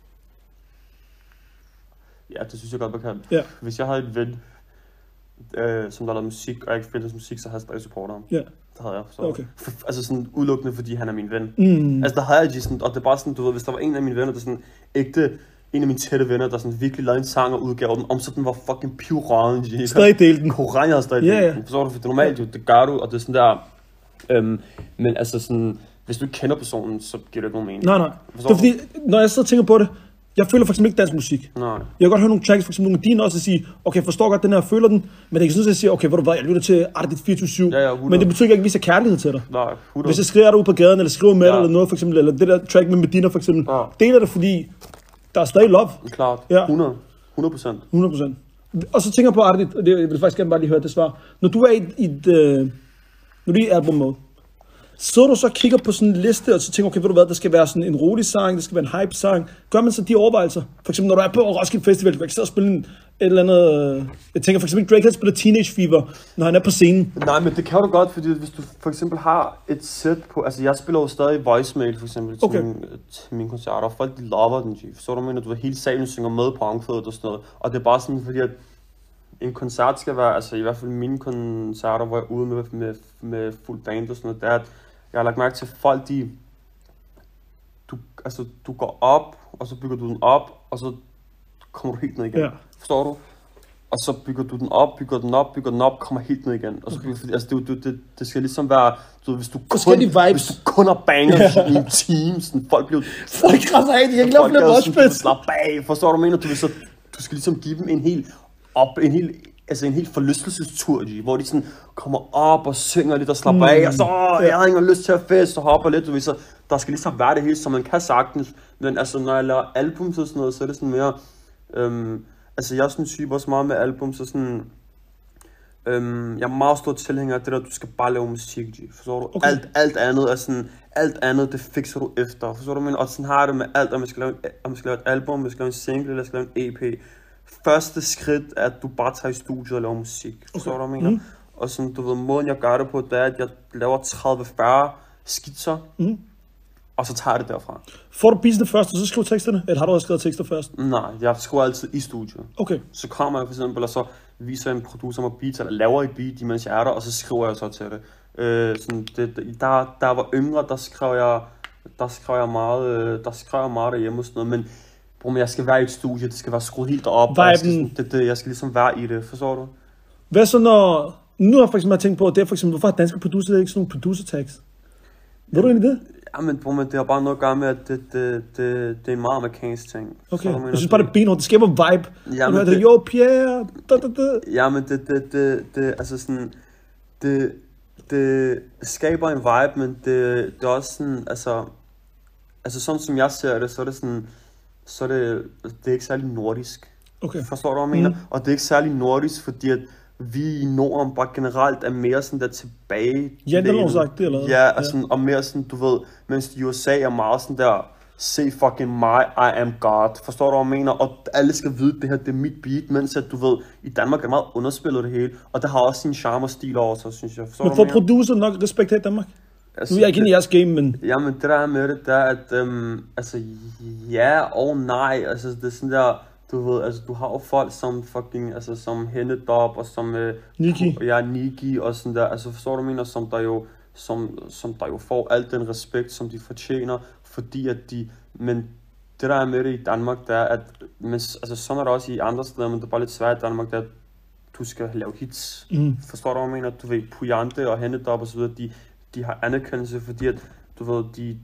Ja, det synes jeg godt, man kan. Ja. Hvis jeg havde et ven, som der lavede musik, og jeg ikke følte hans musik, så havde jeg stadig supporter ham. Ja. Det havde jeg. Så. Okay. Altså sådan udelukkende, fordi han er min ven. Altså der havde jeg sådan, og det er bare sådan, du ved, hvis der var en af mine venner, der sådan ægte, en af mine tætte venner, der sådan virkelig lavede en sang og udgav den, om så den var fucking pivråden. Stadig delt den. Koran, jeg havde stadig delt den. Forstår du? For det er normalt jo, det gør du, og det er sådan der, men altså sådan, hvis du ikke kender personen, så giver det ikke nogen mening. Nej. Det er fordi, når jeg sidder og tænker på det, jeg føler faktisk ikke dansk musik. Nej. Jeg kan godt høre nogle tracks, for eksempel nogle af dine også, og sige, okay, jeg forstår godt den her, jeg føler den, men det er ikke sådan, at jeg siger, okay, hvor du hvad, jeg lytter til Artie 24/7, men det betyder ikke, at jeg viser kærlighed til dig. Nej, 100. Hvis jeg skriver dig ud på gaden, eller skriver med dig, eller noget for eksempel, eller det der track med Medina for eksempel, deler det, fordi der er stadig love. Klart, 100%. 100%. Og så tænker jeg på Artie, og det, jeg vil faktisk gerne bare lige høre det svar. Når du er i album mode, Så du så kigger på sådan en liste, og så tænker, okay, ved du hvad, der skal være sådan en rolig sang, der skal være en hype-sang. Gør man så de overvejelser? For eksempel, når du er på Roskilde Festival, du kan ikke sidde og spille et eller andet... Jeg tænker for eksempel, Drake han spiller Teenage Fever, når han er på scenen. Nej, men det kan du godt, fordi hvis du for eksempel har et sæt på... Altså, jeg spiller jo stadig voicemail, for eksempel, til mine koncerter, og folk, de lover den, så du mener, du hele salen synger med på omkvædet og sådan noget. Og det er bare sådan, fordi at en koncert skal være, altså i hvert fald mine koncerter, hvor jeg er ude med fuld band og sådan noget, det er, at jeg har lagt mærke til, at folk, du går op, og så bygger du den op, og så kommer du helt ned igen. Ja. Forstår du? Og så bygger du den op, bygger den op, kommer helt ned igen. Og så altså det skal ligesom være, hvis du kun har bangers i en team, sådan folk bliver... Folk krasser af, de kan ikke lave flere moshpits. Slap bag, forstår du, mener? Du skal ligesom give dem en helt forlystelsestur, hvor de sådan kommer op og synger lidt og slapper af, og så, jeg har ingen lyst til at feste og hopper lidt, du ved, så der skal ligesom være det hele, som man kan sagtens, men altså, når jeg laver albums og sådan noget, så er det sådan mere, altså, jeg er sådan en type også meget med albums, så sådan, jeg er meget stor tilhænger af det der, du skal bare lave musik, forstår du? Okay. Alt andet er sådan, alt andet, det fikser du efter, forstår du, men og sådan har jeg det med alt, om jeg skal lave et album, om jeg skal lave en single, eller jeg skal lave en EP. Første skridt er, at du bare tager i studiet og laver musik. Forstår du, hvad jeg mener? Og sådan, du ved, måden jeg gør det på, det er, at jeg laver 30-40 skitser, og så tager jeg det derfra. Får du beatsene først, og så skriver teksterne? Eller har du også skrevet tekster først? Nej, jeg skriver altid i studiet. Okay. Så kommer jeg for eksempel, og så viser en producer mig beats, eller laver et beat, mens jeg er der, og så skriver jeg så til det. Der var yngre, der skrev jeg meget derhjemme og sådan noget, men men jeg skal være i et studie, det skal være skruet helt op, og jeg skal ligesom være i det, forstår du? Hvad så når, nu har jeg for eksempel tænkt på, at det er for eksempel, hvorfor har danske producer ikke sådan nogle producer tags? Ved du egentlig det? Ja, men det har bare noget at gøre med, at det er en meget amerikansk ting. Okay, jeg synes bare, det er benhårdt, det skaber vibe. Ja, men det, jo, Pierre, Ja, men altså sådan, det skaber en vibe, men det er også sådan, altså sådan som jeg ser det, så er det sådan, det er ikke særlig nordisk. Okay. Forstår du, hvad jeg mener? Og det er ikke særlig nordisk, fordi at vi i Norden bare generelt er mere sådan der tilbage. Ja, det har sagt det, eller hvad? Ja, og mere sådan, du ved, mens i USA er meget sådan der, say fucking my, I am God. Forstår du, hvad jeg mener? Og alle skal vide, det her, det er mit beat, mens at du ved, i Danmark er meget underspillet det hele, og det har også sin charme og stil over sig, synes jeg. Forstår men får producer nok respekt her i Danmark? Altså, nu er jeg ikke inde i jeres game, men... Jamen, det der med det, der er, at, altså, ja og nej, altså, det er sådan der, du ved, altså, du har jo folk som fucking, altså, som Hennedop, og som... Niki. Ja, Niki, og sådan der, altså, forstår du, mener, som der jo får al den respekt, som de fortjener, fordi at men det der er med det i Danmark, der er, at, altså, sådan er det også i andre steder, men det er bare lidt svært i Danmark, der du skal lave hits. Forstår du, hvad jeg mener? Du ved, Pujante og Hennedop og så videre, de har anerkendelse, fordi at, du ved,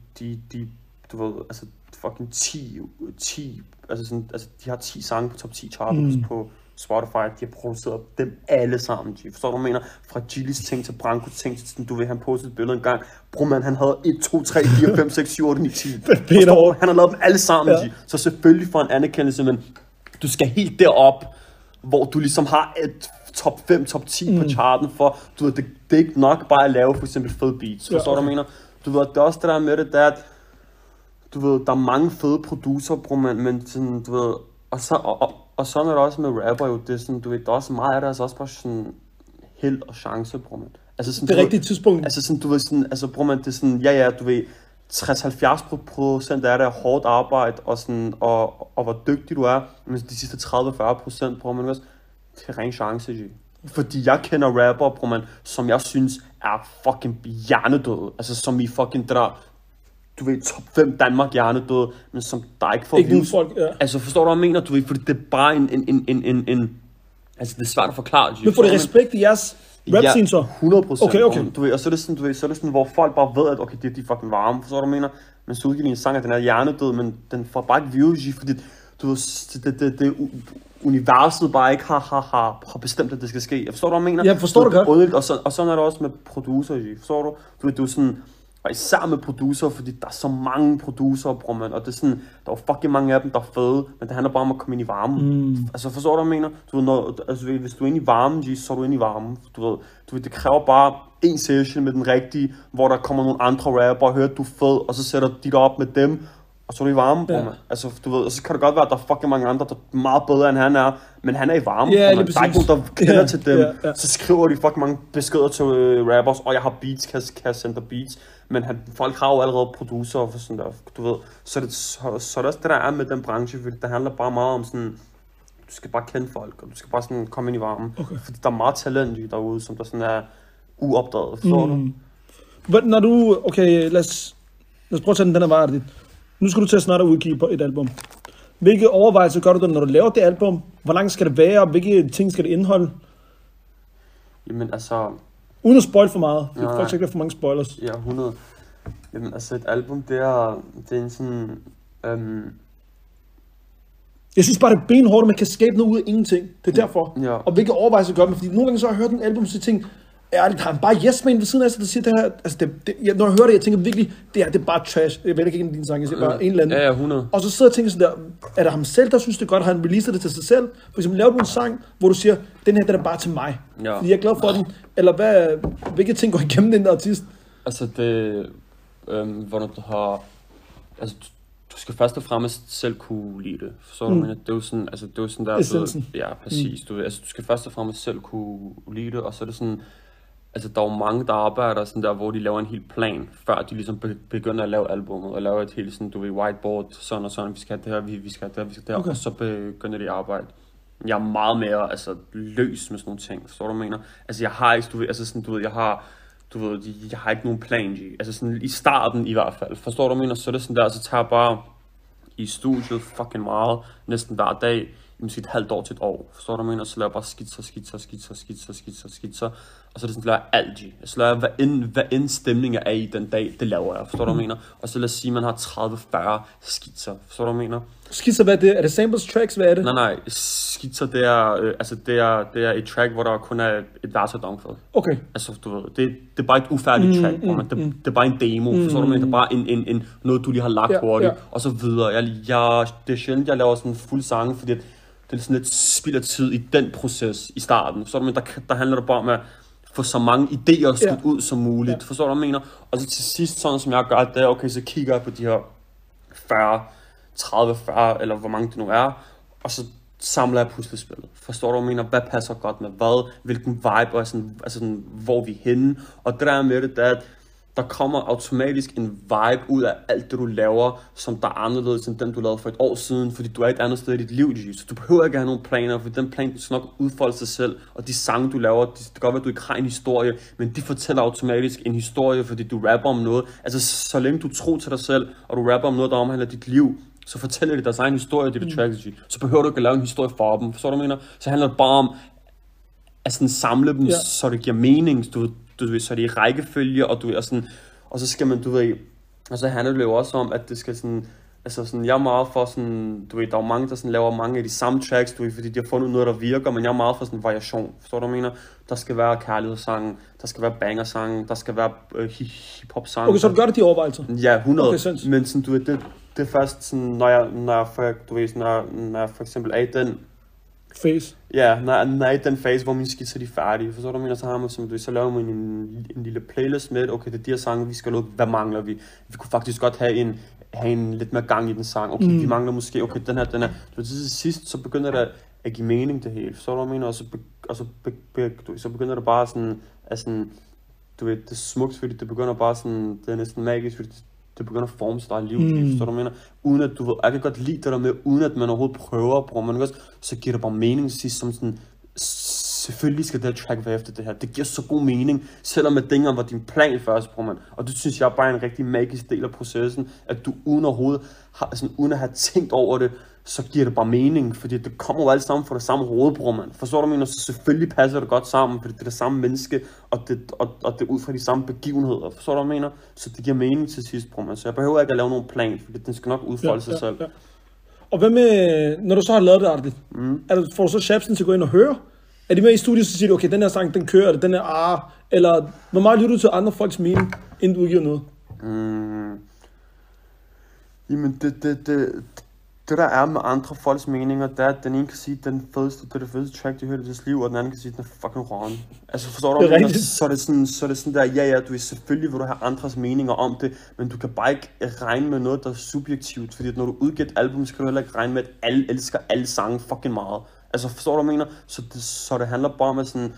du ved, altså fucking 10, altså de har 10 sange på top 10 charter på Spotify, de har produceret dem alle sammen, forstår du, hvad jeg mener? Fra Gillis ting til Brancos ting til sådan, du ved, han postede et billede en gang, bror man, han havde 1, 2, 3, 4, 5, 6, 7, 8, 9, 10, forstår du? Han har lavet dem alle sammen, ja. Så selvfølgelig får en anerkendelse, men du skal helt derop, hvor du ligesom har et top 5, top 10 på charten, for du ved, det er ikke nok bare at lave for eksempel fede beats, forstår du, hvad jeg mener? Du ved, det er også det der med det, der at, du ved, der er mange fede producer, bror man, men sådan, du ved, og sådan er det også med rapper jo, det er sådan, du ved, der er også meget af det, altså også bare sådan held og chance, bror man. Altså sådan, det er rigtigt tidspunkt. Altså sådan, du ved, sådan, altså bror man, det er sådan, ja, du ved, 60-70% af det er hårdt arbejde, og sådan, og hvor dygtig du er, men de sidste 30-40%, bror man, også, det er ren chance, fordi jeg kender rapper, bror man, som jeg synes er fucking hjernedøde, altså som i fucking der, du ved, top 5 Danmark hjernedøde, men som der ikke får views. Folk, ja. Altså forstår du, hvad jeg mener, du ved, fordi det er bare en altså det er svært at forklare. Men får det respekt i jeres rap-scene så? 100%. Okay. Du ved, og så er det sådan, du ved, så er det sådan, hvor folk bare ved, at okay, det er de fucking varme, forstår du, hvad jeg mener? Men så udgiver en sang, at den er hjernedød, men den får bare ikke views, fordi du ved, det universet bare ikke har bestemt, at det skal ske. Jeg forstår du, hvad jeg mener? Jeg forstår det godt. Og sådan er det også med producer, forstår du? Du ved, du er sådan, Og især med producer, fordi der er så mange producer, bror man, og det er sådan, der er fucking mange af dem, der er fede, men det handler bare om at komme ind i varmen. Altså forstår du, hvad jeg mener? Du ved, altså, hvis du er inde i varmen, G, så er du inde i varmen. Du ved, det kræver bare en session med den rigtige, hvor der kommer nogle andre rapper og hører, at du er fed, og så sætter de dig op med dem, og så er du i varmen, bror man. Altså, du ved, og så kan det godt være, at der er fucking mange andre, der er meget bedre, end han er, men han er i varmen, yeah, der er ikke nogen, der kender til dem. Så skriver de fucking mange beskeder til rappers, og jeg har beats, kan jeg sende dig beats. Men folk har jo allerede producer for sådan der, du ved. Så er det også det, der er med den branche, fordi det handler bare meget om sådan, du skal bare kende folk, og du skal bare sådan komme ind i varmen. Okay. Fordi der er meget talent derude, som der sådan er uopdaget, forstår du? Når du, okay, lad os prøve at tage den her vej dit. Nu skal du til at snart udgive på et album. Hvilke overvejelser gør du, når du laver det album? Hvor langt skal det være? Hvilke ting skal det indeholde? Jamen altså... Uden at spoil for meget. Folk skal ikke have for mange spoilers. Ja, 100. Jamen altså et album, det er en sådan... Jeg synes bare, det er benhårdt, at man kan skabe noget ud af ingenting. Det er derfor. Ja. Og hvilke overvejelser gør man? Fordi nogle gange så har jeg hørt en album, så jeg tænker, ærligt, har han bare yes-man ved siden af sig, der siger det her? Altså, når jeg hører det, jeg tænker virkelig, det er bare trash. Jeg ved ikke en af dine sange, jeg siger bare en eller anden. Ja, 100. Og så sidder jeg og tænker sådan der, er det ham selv, der synes det er godt, har han releaset det til sig selv? For eksempel laver du en sang, hvor du siger, den her, den er bare til mig. Ja. Fordi jeg er glad for den. Eller hvilke ting går igennem den der artist? Altså det, hvor du har, altså du skal først og fremmest selv kunne lide det. Så det er jo sådan, altså det er jo sådan der. Essensen. Ja, præcis. Du skal først og fremmest selv kunne lide det, og så er det sådan. Altså, der er jo mange, der arbejder sådan der, hvor de laver en hel plan, før de ligesom begynder at lave albumet, og laver et helt sådan, du ved, whiteboard, sådan og sådan, vi skal have det her, vi skal have det her, vi skal have det her, og så begynder de at arbejde. Jeg er meget mere, altså, løs med sådan nogle ting, forstår du, hvad jeg mener? Altså, jeg har ikke, du ved, altså sådan, du ved, jeg har ikke nogen plan, G. Altså sådan, i starten i hvert fald, forstår du, hvad jeg mener? Så er det sådan der, så tager jeg bare i studiet fucking meget, næsten hver dag, måske et halvt år til et år, forstår du, hvad jeg mener? Så laver jeg bare skitser, og så er det sådan, at jeg alt G. Så laver jeg, hvad end stemning er i den dag, det laver jeg, forstår du, hvad jeg mener? Og så lad os sige, at man har 30-40 skitser, forstår du, hvad jeg mener? Skitser, hvad er det? Er det samples, tracks, hvad er det? Nej, skitser, det er et track, hvor der kun er et vers og dongfad. Okay. Altså, du ved, det er bare et ufærdigt track, det er bare en demo, forstår du, hvad jeg mener? Det er bare en noget, du lige har lagt hurtigt, og så videre. Det er sjældent, jeg laver sådan en fuld sang, fordi det er sådan lidt spild af tid i den proces i starten. Så der handler det bare om at få så mange idéer skudt ud som muligt. Forstår du, hvad jeg mener? Og så til sidst, sådan som jeg gør, det er, okay, så kigger jeg på de her 30-40, eller hvor mange det nu er, og så samler jeg puslespillet. Forstår du, hvad jeg mener? Hvad passer godt med hvad? Hvilken vibe, og sådan, hvor vi er henne? Og det der med det, det er, at der kommer automatisk en vibe ud af alt det, du laver, som der er anderledes end den, du lavede for et år siden, fordi du er et andet sted i dit liv, så du behøver ikke have nogen planer, for den plan skal nok udfolde sig selv, og de sange, du laver, det kan godt være, at du ikke har en historie, men de fortæller automatisk en historie, fordi du rapper om noget. Altså, så længe du tror til dig selv, og du rapper om noget, der omhandler dit liv, så fortæller de deres egen historie, det tracks, så behøver du ikke at lave en historie for dem, forstår du, hvad jeg mener? Så handler det bare om at sådan samle dem, så det giver mening, du ved, så er det i rækkefølge, og du ved, og så skal man, du ved, og så handler det jo også om, at det skal sådan, altså sådan, jeg er meget for sådan, du ved, der er jo mange, der sådan laver mange af de samme tracks, du ved, fordi de har fundet noget, der virker, men jeg er meget for sådan en variation, forstår du, hvad jeg mener? Der skal være kærlighedssange, der skal være banger-sange, der skal være hip-hop-sange. Okay, så du gør det de overvejelser? Ja, 100, okay, men sådan, du ved, det er først sådan, når jeg for eksempel er i den phase. Ja, når jeg er i den fase, hvor mine skitser er færdige, forstår du, mener, så har man, som du så laver man en lille playlist med, okay, det er de her sange, vi skal lukke, hvad mangler vi? Vi kunne faktisk godt have en lidt mere gang i den sang, okay, vi mangler måske, okay, den her, du ved, til sidst, så begynder det at give mening det hele, forstår du, mener, og så begynder det bare sådan, du ved, det er smukt, fordi det begynder bare sådan, det er næsten magisk, fordi det begynder at forme sig der liv, så du mener, uden at du ved, jeg kan godt lide det der med, uden at man overhovedet prøver, bror, man også, så giver det bare mening sidst, som sådan, selvfølgelig skal det her track være efter det her, det giver så god mening, selvom at det ikke engang var din plan først, bror, man, og det synes jeg bare er en rigtig magisk del af processen, at du uden overhovedet, uden at have tænkt over det, så giver det bare mening, fordi det kommer jo alt sammen fra det samme hoved, bror, man. Forstår du, mener? Så selvfølgelig passer det godt sammen, fordi det er det samme menneske, og det er ud fra de samme begivenheder. Forstår du, mener? Så det giver mening til sidst, bror, man. Så jeg behøver ikke at lave nogen plan, fordi den skal nok udfolde sig selv. Ja. Og hvad med, når du så har lavet det, Artit, får du så Shabsten til at gå ind og høre? Er de med i studiet, så siger du, okay, den her sang, den kører, eller den er eller hvor meget lytter du til andre folks mening, inden du udgiver noget? Jamen, det der er med andre folks meninger, det er, at den ene kan sige, at det er det fedeste track, de hørte i deres liv, og den anden kan sige, at den er fucking råden. Altså, forstår du? Så er det sådan der, ja, du selvfølgelig vil du have andres meninger om det, men du kan bare ikke regne med noget, der er subjektivt, fordi når du udgiver et album, så kan du heller ikke regne med, at alle elsker alle sange fucking meget. Altså, forstår du, hvad jeg mener? Så det handler bare om,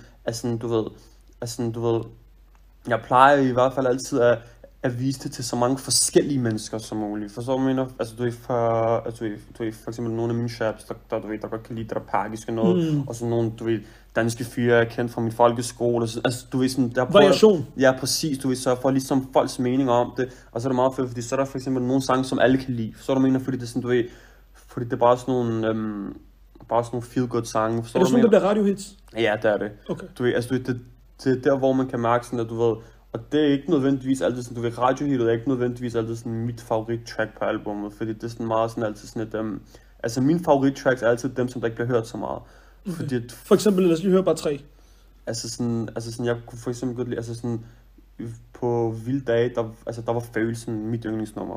du ved, jeg plejer i hvert fald altid at vise det til så mange forskellige mennesker som muligt. Forstår du, hvad jeg mener? Altså, du er for eksempel nogle af mine chaps, der godt kan lide det der pakiske noget, og så nogle, danske fyre, jeg kendt fra min folkeskole, altså, du ved, sådan, der variation. Ja, præcis, du ved, så for ligesom folks meninger om det, og så er det meget fedt, fordi så er der for eksempel nogle sange, som alle kan lide. Forstår du, hvad jeg mener? Fordi det er sådan, du ved, fordi det er bare sådan nogle, feel-good sange. Er det sådan, der bliver radiohits? Ja, det er det. Okay. Du ved, altså, det er der, hvor man kan mærke sådan, at du ved, og det er ikke nødvendigvis altid sådan, du ved, radiohittet er ikke nødvendigvis altid sådan mit favorittrack på albumet, fordi det er sådan meget sådan altid sådan et, altså mine favorittracks er altid dem, som der ikke bliver hørt så meget. Okay. Fordi for eksempel, lad os lige høre bare 3. Altså sådan, jeg kunne for eksempel godt lide, altså sådan, på vilde dage, der var Følelsen mit yndlingsnummer.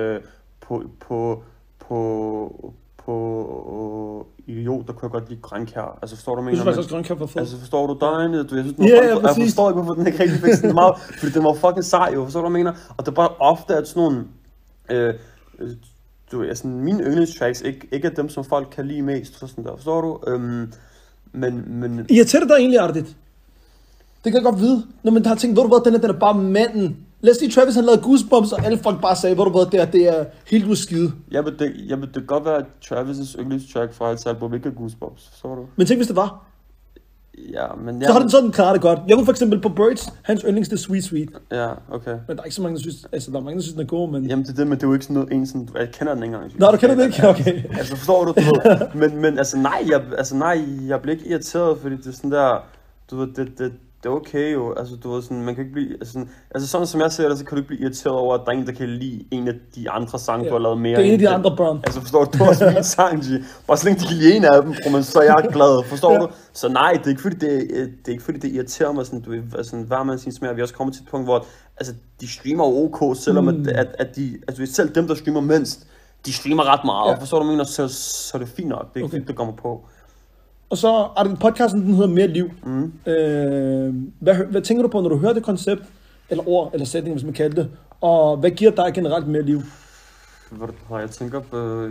På Idiot, der kunne jeg godt lide Grønkær. Altså forstår du, hvad jeg mener? Jeg synes faktisk også, Grønkær var fed. Altså forstår du, jeg forstår ikke, hvorfor den ikke rigtig fik sådan meget, fordi den var fucking sej jo, forstår du, hvad jeg mener? Og det er bare ofte, at sådan nogle, altså mine yndlingstracks ikke er dem, som folk kan lide mest, sådan der, forstår du? Men irriterer dig egentlig, Ardit? Det kan jeg godt vide. Når man har tænkt, ved du hvad, den er bare manden. Lad os sige, Travis han lavede Goosebumps, og alle folk bare sagde, ved du hvad, det er helt udskide. Det kan godt være, at Travis' yndlingstrack fra hans album ikke er Goosebumps, forstår du? Men tænk, hvis det var. Ja, men så har den sådan klaret det godt. Jeg ved for eksempel på Birds, hans yndlings det er Sweet Sweet. Ja, okay. Men der er ikke så mange, der synes, altså der er mange, der synes, den er god, men... Jamen det er det, men det er jo ikke sådan noget, sådan, jeg kender den ikke engang. Nå, du kender den ikke? Okay. Altså forstår du, men altså nej, jeg bliver ikke irriteret, fordi det er sådan der, du ved, det er okay jo, altså du ved sådan, man kan ikke blive, altså sådan som jeg ser det, så kan du ikke blive irriteret over, at der er en, der kan lide en af de andre sange, du har lavet mere. Det er en af de andre børn. Altså forstår du, du har også min sang, G. Bare så længe de kan lide en af dem, så er jeg glad, forstår du? Så nej, det er ikke fordi det irriterer mig, sådan, du ved, sådan, hver man sin smag. Vi er også kommet til et punkt, hvor altså, de streamer ok, selvom at de, altså selv dem, der streamer mindst, de streamer ret meget, forstår du, mener, så er det fint nok, det er ikke fint, der kommer på. Og så er det podcasten, den hedder Mere Liv. Hvad tænker du på, når du hører det koncept, eller ord, eller sætning, hvis man kalder det, og hvad giver dig generelt mere liv? Jeg tænker på,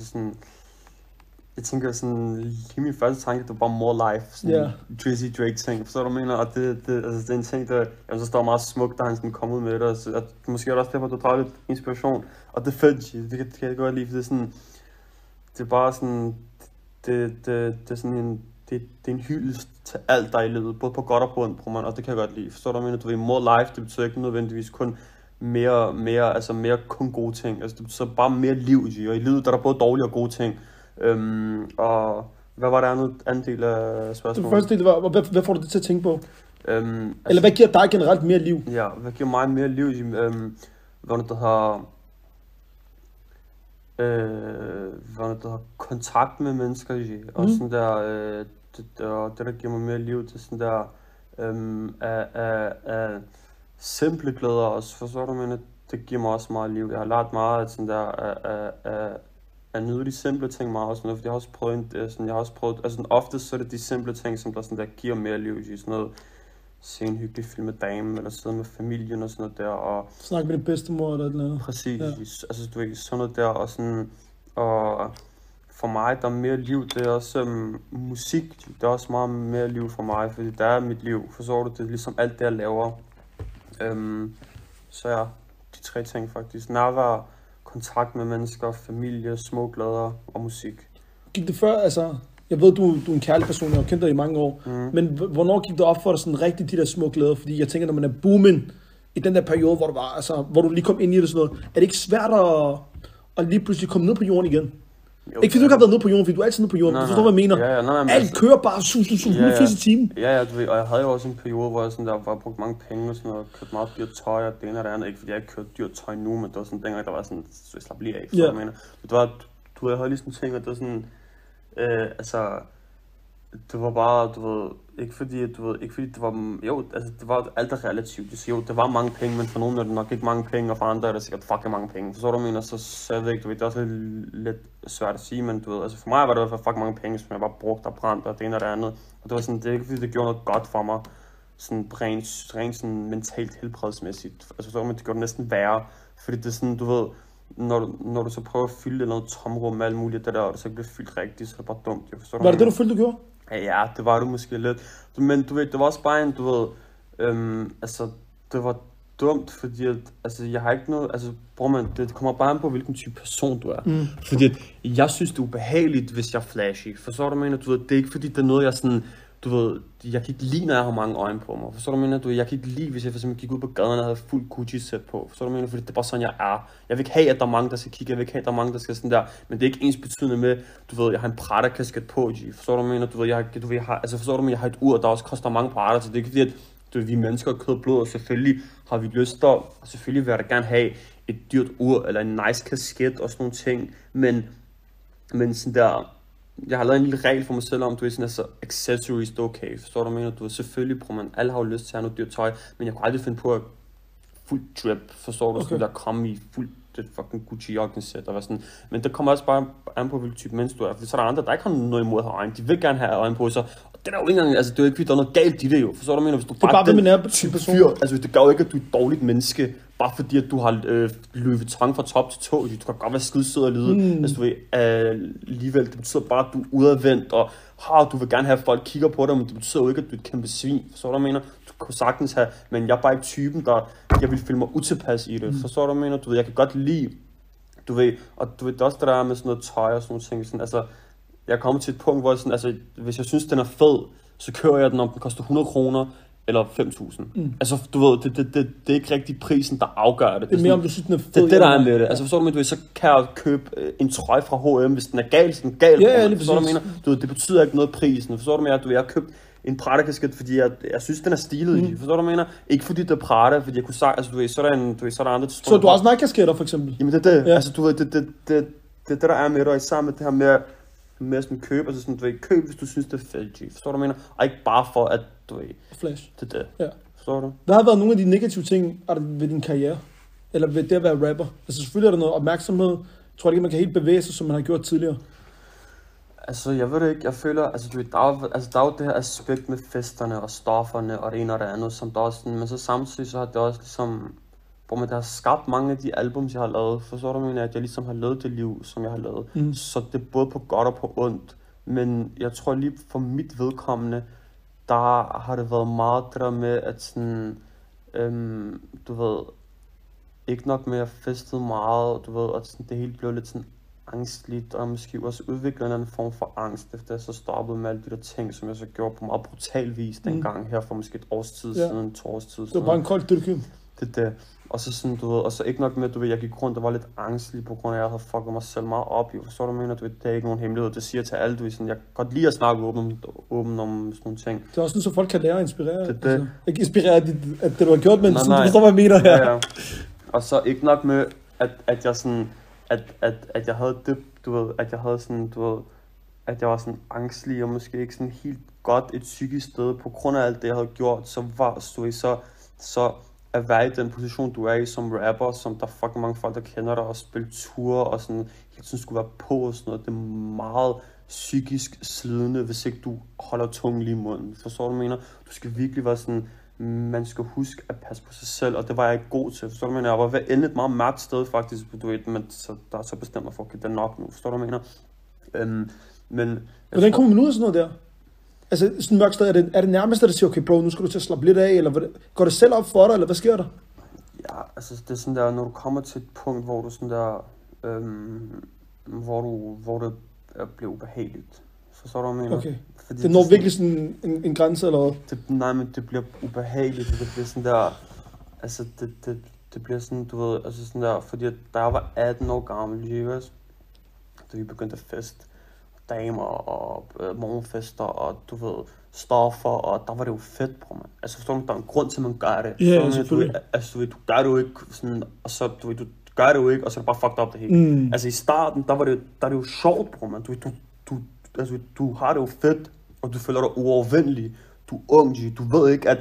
lige min første tanke, det var bare more life, sådan Drizzy Drake ting, forstår du, mener? Og det er en ting, der så står meget smukt, da han sådan kom ud med det, og så, måske er det også derfor, du drager lidt inspiration, og det er fedt, det kan jeg godt lide, for det er sådan, det er bare sådan, det er sådan det er en hyldest til alt, der er i livet, både på godt og på ondt, og det kan jeg godt lide. Forstår du, mener, du ved, more life, det betyder ikke nødvendigvis kun mere kun gode ting. Altså det betyder bare mere liv, og i livet der er der både dårlige og gode ting. Og hvad var der anden del af spørgsmålet? Den første del var, hvad får du det til at tænke på? Eller hvad giver dig generelt mere liv? Ja, hvad giver mig mere liv? Hvordan det har kontakt med mennesker, og sådan der, det der giver mig mere liv, det er sådan der, af simple glæder også, forstår du, men det giver mig også meget liv. Jeg har lært meget at sådan der, at nyde de simple ting meget også, fordi jeg har også prøvet, altså oftest så er det de simple ting, som der sådan der giver mere liv, sådan noget, se en hyggelig film med damen, eller sidde med familien og sådan noget der, og... Snak med din bedstemor eller noget. Præcis, altså du ved, sådan noget der, og sådan, og for mig, der er mere liv, det er også musik, det er også meget mere liv for mig, fordi det er mit liv, forstår du, det er ligesom alt det, jeg laver. Så ja, de 3 ting faktisk, nærvær, kontakt med mennesker, familie, små glæder og musik. Gik det før, altså... Jeg ved, du er en kærlig person, jeg har kendt dig i mange år. Men hvornår gik det op for dig sådan rigtig de der små glæder? Fordi jeg tænker, når man er booming i den der periode, hvor du var, altså, hvor du lige kom ind i det sådan noget, er det ikke svært at lige pludselig komme ned på jorden igen? Jo, ikke fordi du ikke har været nede på jorden, fordi du er altid nede på jorden. Du forstår, hvad jeg mener? Alt kører bare 180 i timen. Ja, du ved, og jeg havde jo også en periode, hvor jeg sådan der var brugt mange penge og sådan noget, købt meget dyrt tøj og det ene og det andet. Ikke fordi jeg ikke kørte dyrt tøj nu, men det var sådan dengang, der var sådan, så jeg slap lige af, jeg mener. Det var, jeg havde lige sådan ting, og det var sådan, Det var bare, du ved, ikke fordi det var, jo, altså det var alt er relativt. Jo, det var mange penge, men for nogen er det nok ikke mange penge, og for andre er det sikkert fucking mange penge. Forstår du, hvad jeg mener? Så jeg ved ikke, du ved, det er også lidt svært at sige, men du ved, altså for mig var det i hvert fald fucking mange penge, som jeg bare brugte og brændte, og det ene og det andet. Og det var sådan, det er ikke fordi, det gjorde noget godt for mig, sådan rent sådan mentalt helbredsmæssigt. Altså forstår du, men det gjorde det næsten værre, fordi det er sådan, du ved, når du så prøver at fylde noget tomrum med alt muligt det der, og det så ikke bliver fyldt rigtigt, så er det bare dumt. Var det det, du følte, du gjorde? Ja, det var du måske lidt. Men du ved, det var også bare en, du ved, altså, det var dumt, fordi at, altså, jeg har ikke noget, altså, bror man, det kommer bare an på, hvilken type person du er. Fordi at, jeg synes, det er ubehageligt, hvis jeg er flashy. Forstår du, mener? Du ved, det er ikke fordi, det er noget, jeg sådan, du ved, jeg kan ikke lide, når jeg har mange øjne på mig. Forstår du, mener? Jeg kan ikke lide, hvis jeg for eksempel gik ud på gaden og havde fuld Gucci-sæt på. Forstår du, mener? Fordi det er bare sådan, jeg er. Jeg vil ikke have, at der er mange, der skal kigge. Jeg vil ikke have, at der er mange, der skal sådan der. Men det er ikke ens betydende med, du ved, jeg har en Prada-kasket på, G. Forstår du, mener? Du ved, jeg har, altså forstår du, jeg har et ur, der også koster mange Prada, så det er ikke fordi, at vi mennesker er kød og blod, og selvfølgelig har vi lyst til, og selvfølgelig vil jeg da gerne have et dyrt ur, eller en nice kasket og sådan nogle ting. Men sådan der, jeg har lavet en lille regel for mig selv om, du ved sådan, altså accessories, det er okay, forstår du, mener? Du ved, selvfølgelig, prøver man, alle har jo lyst til at have noget dyrt tøj, men jeg kunne aldrig finde på at fuld drip, forstår du, okay. Sådan der komme i fuld det fucking Gucci-jakkensæt og sådan. Men det kommer også bare an på, hvilken type menneske du er, for så er der andre, der ikke har noget imod at have øjne, de vil gerne have øjne på sig, og det er jo ikke engang, altså det er jo ikke, fordi der er noget galt i det jo, forstår du, mener? Hvis du det er bare den type person. Altså det gør jo ikke, at du er et dårligt menneske, bare fordi at du har Louis Vuitton fra top til tå, du kan godt være skidesød og lide, altså du ved, alligevel, det betyder bare, at du er udadvendt, og du vil gerne have, at folk kigger på dig, men det betyder jo ikke, at du er et kæmpe svin, forstår du, mener? Du kan sagtens have, men jeg er bare ikke typen, der, jeg vil føle mig utilpas i det, forstår du, mener? Du ved, jeg kan godt lide, du ved, og du ved, det er også det der med sådan noget tøj og sådan nogle ting, sådan, altså, jeg er kommet til et punkt, hvor sådan, altså, hvis jeg synes, den er fed, så kører jeg den, om den koster 100 kroner, eller 5.000. Altså, du ved, det er ikke rigtig prisen, der afgør det. Det er mere, om du synes, den er fed. Det er det, der er med det. Altså, forstår du, men så kan jeg købe en trøje fra H&M, hvis den er gal, så den er gal. Ja, forstår du, mener? Du ved, det betyder ikke noget prisen. Forstår du, jeg har købt en Prada-kasket, fordi jeg synes, den er stilet i. Forstår du, mener? Ikke fordi det er Prada, fordi jeg kunne sige, altså, du ved, så er der andre... Så du har også Nike-kasketter, for eksempel? Jamen, det er det. Ja. Altså, du ved, det der er med dig, især med det her med sådan køb, altså sådan, du ved, køb, hvis du synes, det er fedt, forstår du, mener? Og ikke bare for, at, du ved... Flash. Det er det. Ja. Forstår du? Hvad har været nogle af de negative ting ved din karriere? Eller ved det at være rapper? Altså selvfølgelig er der noget opmærksomhed. Jeg tror ikke, man kan helt bevæge sig, som man har gjort tidligere. Altså, jeg ved det ikke. Jeg føler, altså, du ved, der er jo det her aspekt med festerne og stofferne og det ene og det andet, som der også, men så samtidig så har det også ligesom, hvor man har skabt mange af de albums, jeg har lavet. Forstår du, mener, at jeg ligesom har lavet det liv, som jeg har lavet. Så det er både på godt og på ondt. Men jeg tror lige for mit vedkommende, der har det været meget det der med, at sådan, du ved, ikke nok med at festede meget, du ved, og sådan, det hele blev lidt sådan angstligt, og måske også udviklet en anden form for angst, efter jeg så stoppede med alle de der ting, som jeg så gjorde på meget brutal vis dengang, her for måske et års tid siden, 2 års tid siden. Det var bare en kold dyrkøb. Det. Og så sådan, du ved, og så ikke nok med, du ved, jeg gik rundt og var lidt angstlig, på grund af, at jeg havde fucket mig selv meget op, jo. Så du mener, du ved, det er ikke nogen hemmelighed, det siger til alle, du ved, sådan, jeg kan godt lide at snakke åben om sådan nogle ting. Det er også sådan, så folk kan lære at inspirere. Det. Altså, ikke inspirere at det du har gjort, men sådan, du forstår, hvad jeg mener her. Ja. Og så ikke nok med, at jeg sådan, at jeg havde det, du ved, at jeg havde sådan, du ved, at jeg var sådan angstlig, og måske ikke sådan helt godt et psykisk sted, på grund af alt det, jeg havde gjort, så at være i den position, du er i som rapper, som der er fucking mange folk, der kender dig, og spille ture, og sådan, helt sådan skulle være på, og sådan noget, det er meget psykisk slidende, hvis ikke du holder tungen lige i munden, forstår du, mener? Du skal virkelig være sådan, man skal huske at passe på sig selv, og det var jeg ikke god til, forstår du, mener? Jeg var ved at ende et meget mørkt sted, faktisk, du ved, men så, der er så bestemt mig for, okay, det er nok nu, forstår du, mener? Men... Hvordan kommer man ud af sådan noget der? Altså, sådan et mørkt sted, er det nærmest, at der siger, okay bro, nu skal du til at slappe lidt af, eller går det selv op for dig, eller hvad sker der? Ja, altså, det er sådan der, når du kommer til et punkt, hvor du sådan der, hvor det bliver ubehageligt. Forstår du, hvad jeg mener? Okay. Fordi det når virkelig sådan en grænse, eller hvad? Nej, men det bliver ubehageligt, det bliver sådan der, altså, det bliver sådan, du ved, altså sådan der, fordi da jeg var 18 år gammel, da vi begyndte at feste, damer og morgenfester og du ved, stoffer, og der var det jo fedt, bror, man. Altså forstår du, der er en grund til, at man gør det. Ja, selvfølgelig. Altså du gør det jo ikke sådan, og så du gør det jo ikke, og så er det bare fucked up det hele. Altså i starten, der er det jo sjovt, bror, man. Du har det jo fedt, og du føler dig uovervindelig, du er ung, du ved ikke,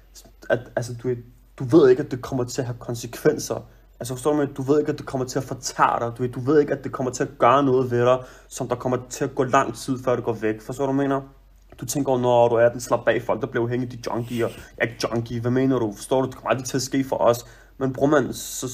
du ved ikke, at det kommer til at have konsekvenser. Altså forstår du mig, du ved ikke, at det kommer til at fortære dig, du ved ikke, at det kommer til at gøre noget ved dig, som der kommer til at gå lang tid, før det går væk. Forstår du, hvad jeg mener? Du tænker over, når du er den slap bag folk, der bliver afhængige, de junkier. Jeg er ikke junkie, hvad mener du? Forstår du, det kommer aldrig til at ske for os. Men bror man,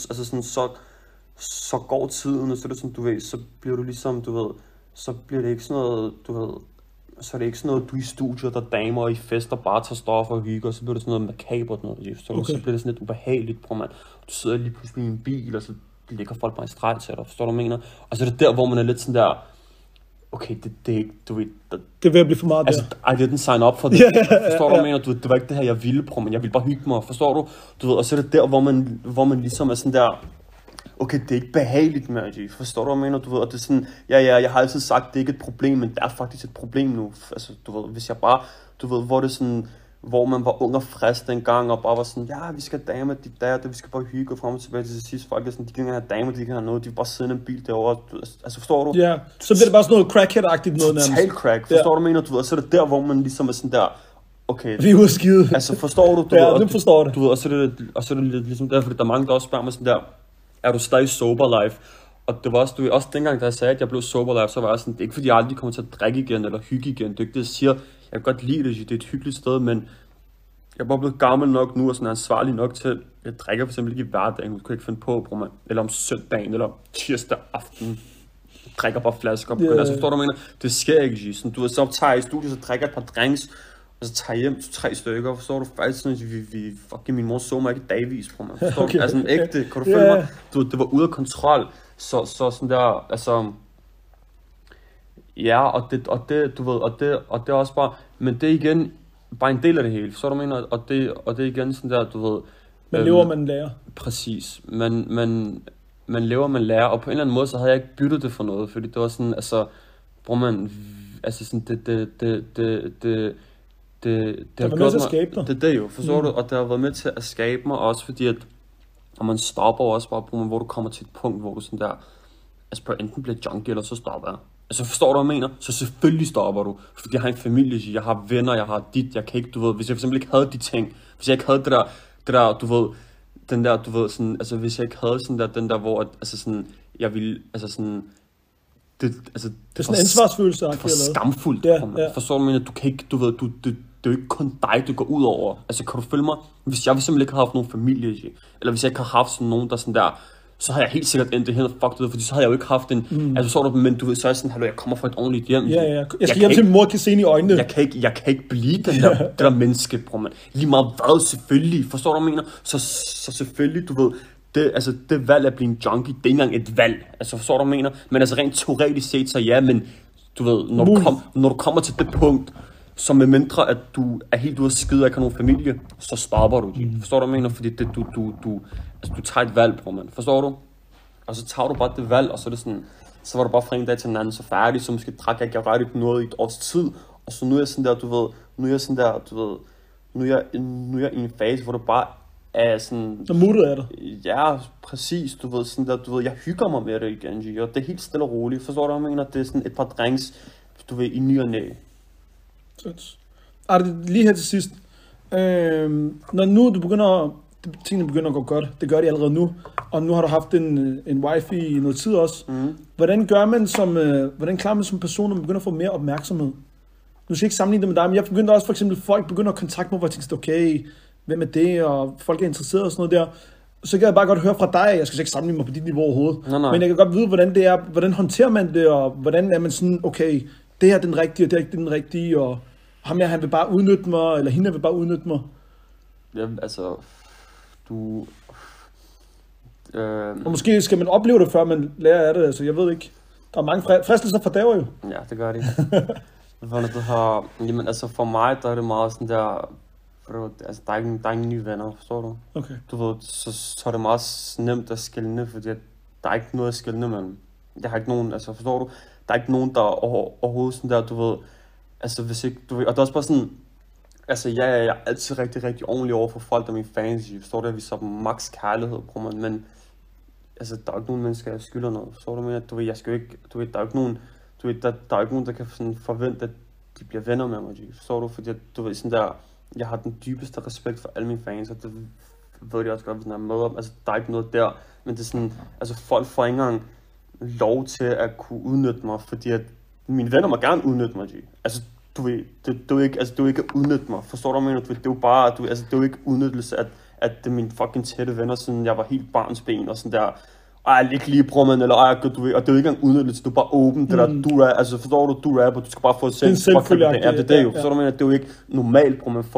så går tiden, og så er det sådan, du ved, så bliver du ligesom, du ved, så bliver det ikke sådan noget, du ved, så er det ikke sådan noget, du er i studiet, der damer i fester bare tager stoffer og hygger, og så bliver det sådan noget makabert noget, så bliver det sådan lidt ubehageligt, bror man. Du sidder lige pludselig i en bil, og så ligger folk bare i streg til dig, forstår du, hvad jeg mener? Og så er det der, hvor man er lidt sådan der, okay, det er ikke, du ved... Det vil at blive for meget altså, I didn't sign up for det. Forstår du, hvad jeg mener? Det var ikke det her, jeg ville, bror, men jeg ville bare hygge mig, forstår du? Du ved, og så er det der, hvor man ligesom er sådan der... Okay, det er ikke behageligt, Mergy. Forstår du, hvad jeg mener? Du ved, og det er sådan... Ja, jeg har altid sagt, det er ikke et problem, men det er faktisk et problem nu. Altså, du ved, hvis jeg bare... Du ved, hvor det sådan... Hvor man var ung og frisk dengang, og bare var sådan, ja, vi skal damer, de der, vi skal bare hygge frem og tilbage til sidst. Folk er sådan, de kan ikke have damer, de kan have noget, de vil bare sidde i en bil derovre. Altså, forstår du? Ja, så bliver det bare sådan noget crackhead-agtigt noget nærmest. Total crack, forstår du, mener du ved, og så er det der, hvor man ligesom er sådan der, okay. Vi er ude skide. Altså, forstår du? Ja, du forstår det. Du ved, og så er det lidt ligesom der, fordi der er mange, der også spørger mig sådan der, er du stadig sober life? Og det var også, du ved, også dengang, da jeg sagde, at jeg blev sober life, så var jeg sådan, det er ikke fordi, jeg aldrig kommer til at drikke igen, eller hygge igen. Det er ikke det, jeg siger. Jeg kan godt lide det, det er et hyggeligt sted, men jeg er bare blevet gammel nok nu, og sådan ansvarlig nok til, jeg drikker for eksempel ikke i hverdagen, det kunne jeg ikke finde på, bror man. Eller om søndagen, eller tirsdag aften. Jeg drikker bare flasker. Altså, forstår du, hvad jeg mener? Det sker ikke, sådan, du ved, så tager jeg i studiet, så drikker jeg et par drinks, og så tager jeg hjem 3 stykker, forstår du? Faktisk sådan, vi fucking min mor så mig ikke dagvis, bror man. Forstår du? Altså, ægte, kan du følge mig? Du ved, det var ude af kontrol, så sådan der, altså... Ja, og det, du ved, og det er også bare, men det er igen bare en del af det hele, så du mener, og det er igen sådan der, du ved... Man lever, man lærer. Præcis, man lever, man lærer, og på en eller anden måde, så havde jeg ikke byttet det for noget, fordi det var sådan, altså, bror man, altså sådan, det har været med til at skabe dig. Det er det jo, forstår du, og det har været med til at skabe mig også, fordi at, og man stopper også bare, bror man, hvor du kommer til et punkt, hvor du sådan der, altså på enten bliver junkie, eller så stopper jeg. Altså forstår du, hvad jeg mener? Så selvfølgelig stopper du. Fordi jeg har en familie, jeg har venner, jeg har dit, jeg kan ikke, du ved, hvis jeg for eksempel ikke havde de ting, hvis jeg ikke havde det der, du ved, den der, du ved, sådan, altså hvis jeg ikke havde sådan der, den der, hvor, altså sådan, jeg ville, altså sådan, det er sådan en ansvarsfølelse. Det var skamfuldt, ja. Forstår du, du kan ikke, du ved, det er jo ikke kun dig, du går ud over. Altså kan du følge mig? Hvis jeg simpelthen ikke havde haft nogen familie, eller hvis jeg ikke havde haft sådan nogen, der sådan der, så havde jeg helt sikkert endt det her fucked ud, fordi så havde jeg jo ikke haft en, altså så du, men du ved, så er jeg sådan, hallo, jeg kommer fra et ordentligt hjem. Ja, jeg skal hjem til min mor, kan se hende i øjnene. Jeg kan ikke blive den der, det der menneske, bror man. Lige meget hvad, selvfølgelig, forstår du, hvad jeg mener? Så selvfølgelig, du ved, det valg at blive en junkie, det er ikke engang et valg, altså forstår du, hvad jeg mener? Men altså rent teoretisk set, så ja, men du ved, når du kommer til det punkt, så med mindre, at du er helt ude af skide og ikke har nogen familie, så stopper du. Forstår du, hvad jeg mener? Fordi det, du tager et valg, bror man. Forstår du? Og så tager du bare det valg, og så er det sådan, så var du bare fra en dag til en anden så færdig, så måske drak jeg ikke rigtig noget i et års tid, og så nu er jeg sådan der, du ved, nu er jeg i en fase, hvor du bare er sådan... Så muttet er det. Ja, præcis, du ved, sådan der, du ved, jeg hygger mig med det igen, og det er helt stille og roligt, forstår du, hvad jeg mener? Det er sådan et par drinks, du ved, i ny og næ. Lige her til sidst, når nu du begynder, tingene begynder at gå godt, det gør de allerede nu, og nu har du haft en wifi i noget tid også, hvordan klarer man som person, når man begynder at få mere opmærksomhed? Nu skal jeg ikke sammenligne det med dig, men jeg begynder også for eksempel, folk begynder at kontakte mig, hvor jeg tænker, okay, hvem er det, og folk er interesseret og sådan noget der. Så kan jeg bare godt høre fra dig, jeg skal ikke sammenligne mig på dit niveau overhovedet, men jeg kan godt vide, hvordan det er, hvordan håndterer man det, og hvordan er man sådan, okay, det her er den rigtige, og det er ikke den rigtige, og ham her, han vil bare udnytte mig, eller hende vil bare udnytte mig. Ja, altså, Og måske skal man opleve det, før man lærer af det, altså jeg ved ikke. Der er mange fristelser for dager jo. Ja, det gør de. Jamen altså for mig, der er det meget sådan der, altså der er ingen nye venner, forstår du? Okay. Du ved, så er det meget nemt at skelne, fordi der er ikke noget at skelne mellem. Jeg har ikke nogen, altså forstår du? Der er ikke nogen, der overhovedet sådan der, du ved, altså hvis ikke, du ved, og det er også bare sådan, altså jeg er altid rigtig, rigtig ordentlig over for folk, der er mine fans, forstår du, at vi så dem max kærlighed, bror man, men altså der er ikke nogen mennesker, jeg skylder noget, forstår du, men du ved, jeg skal jo ikke, du ved, der er ikke nogen, du ved, der er ikke nogen, der kan sådan forvente, at de bliver venner med mig, forstår du? Fordi du ved sådan der, jeg har den dybeste respekt for alle mine fans, og det ved jeg også godt, hvis den er med om. Altså, der er ikke noget der, men det er sådan, altså folk får ikke engang lov til at kunne udnytte mig, fordi at mine venner må gerne udnytte mig, altså du ved, det er ikke, altså det er ikke at udnytte mig, forstår du hvad jeg mener? Det er jo bare, altså det er jo ikke udnyttelse, at det er mine fucking tætte venner, sådan jeg var helt barnsben og sådan der, ej, ikke lige bror, man, eller ej, du ved, og det er jo ikke engang udnyttelse, du er bare åben, det der, du er, altså forstår du, du rapper, du skal bare få et selv, det er jo, forstår du hvad jeg mener? Det er jo ikke normalt, bror, men for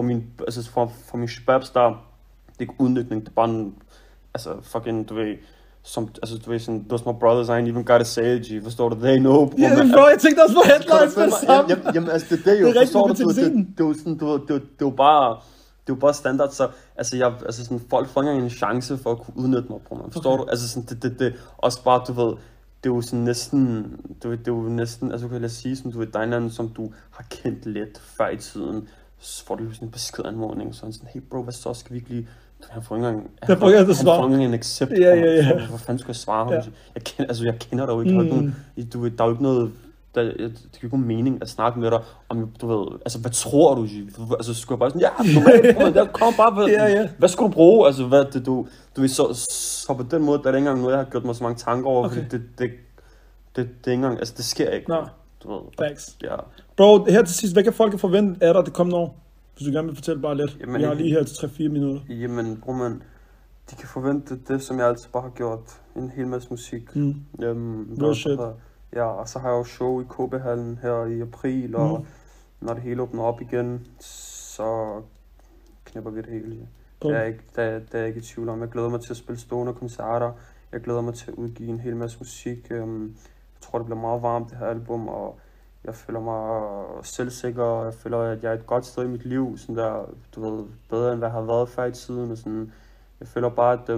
min shababs der, det er ikke udnytning, det er bare en, altså fucking, du ved, som, altså du ved sådan, those my brothers, I ain't even gotta say it, forstår du, they know, bro. Ja, bro, jeg tænkte også på headlines med det samme. Jamen, altså det er jo, forstår du, det er jo sådan, det er jo bare standard, så, altså sådan, folk får ikke en chance for at kunne udnytte mig, bro, man, forstår du, altså sådan, det, også bare, du ved, det er jo sådan næsten, du ved, det er jo næsten, altså kan jeg sige sådan, du ved, der er en anden, som du har kendt lidt før i tiden, så får du sådan en beskedanmodning, sådan, hey bro, hvad så, skal vi ikke lige, han får ikke engang, han får ikke en accept, hvor fanden skulle jeg svare ham, jeg kender dig jo ikke, du ved, der er jo ikke noget, det giver ikke nogen mening at snakke med dig, om du ved, altså hvad tror du, altså skulle jeg bare sådan, normalt, kom bare, hvad skulle du bruge, altså hvad, det, du ved, så på den måde, der er det ikke engang noget, jeg har gjort mig så mange tanker over, fordi det er ikke engang, altså det sker ikke, du ved. Thanks. Bro, her til sidst, hvad kan folk forvente af dig det kommende år? Hvis du gerne vil fortælle bare lidt. Jamen, jeg har lige her til 3-4 minutter. Jamen, bror man, de kan forvente det, som jeg altid bare har gjort. En hel masse musik. Bullshit. Ja, og så har jeg jo show i KB-hallen her i april, og når det hele åbner op igen, så knipper vi det hele. Det er jeg ikke i tvivl om. Jeg glæder mig til at spille stående koncerter. Jeg glæder mig til at udgive en hel masse musik. Jeg tror, det bliver meget varmt, det her album, og jeg føler mig selvsikker, og jeg føler, at jeg er et godt sted i mit liv, sådan der, du ved, bedre end hvad jeg har været før i tiden, og sådan. Jeg føler bare, at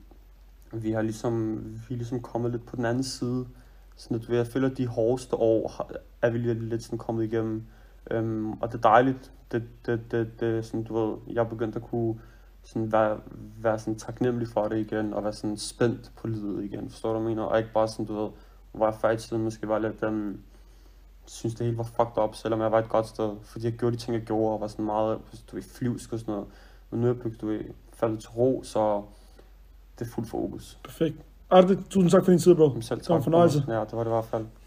vi er ligesom kommet lidt på den anden side, sådan at jeg føler, at de hårdeste år er vi lidt sådan kommet igennem, og det er dejligt, det sådan, du ved, jeg er begyndt at kunne sådan være sådan taknemmelig for det igen, og være sådan spændt på livet igen, forstår du, hvad jeg mener, og ikke bare sådan, du ved, hvor jeg før i tiden måske var lidt, synes det hele var fucked up, selvom jeg var et godt sted, fordi jeg gjorde de ting, jeg gjorde, og var sådan meget, du ved, flyvsk og sådan noget. Men nu er jeg, du ved, faldet til ro, så det er fuldt fokus. Perfekt. Arde, tusind tak for din tid, bro. Selv tak. Det var en fornøjelse. Ja, det var det i hvert fald.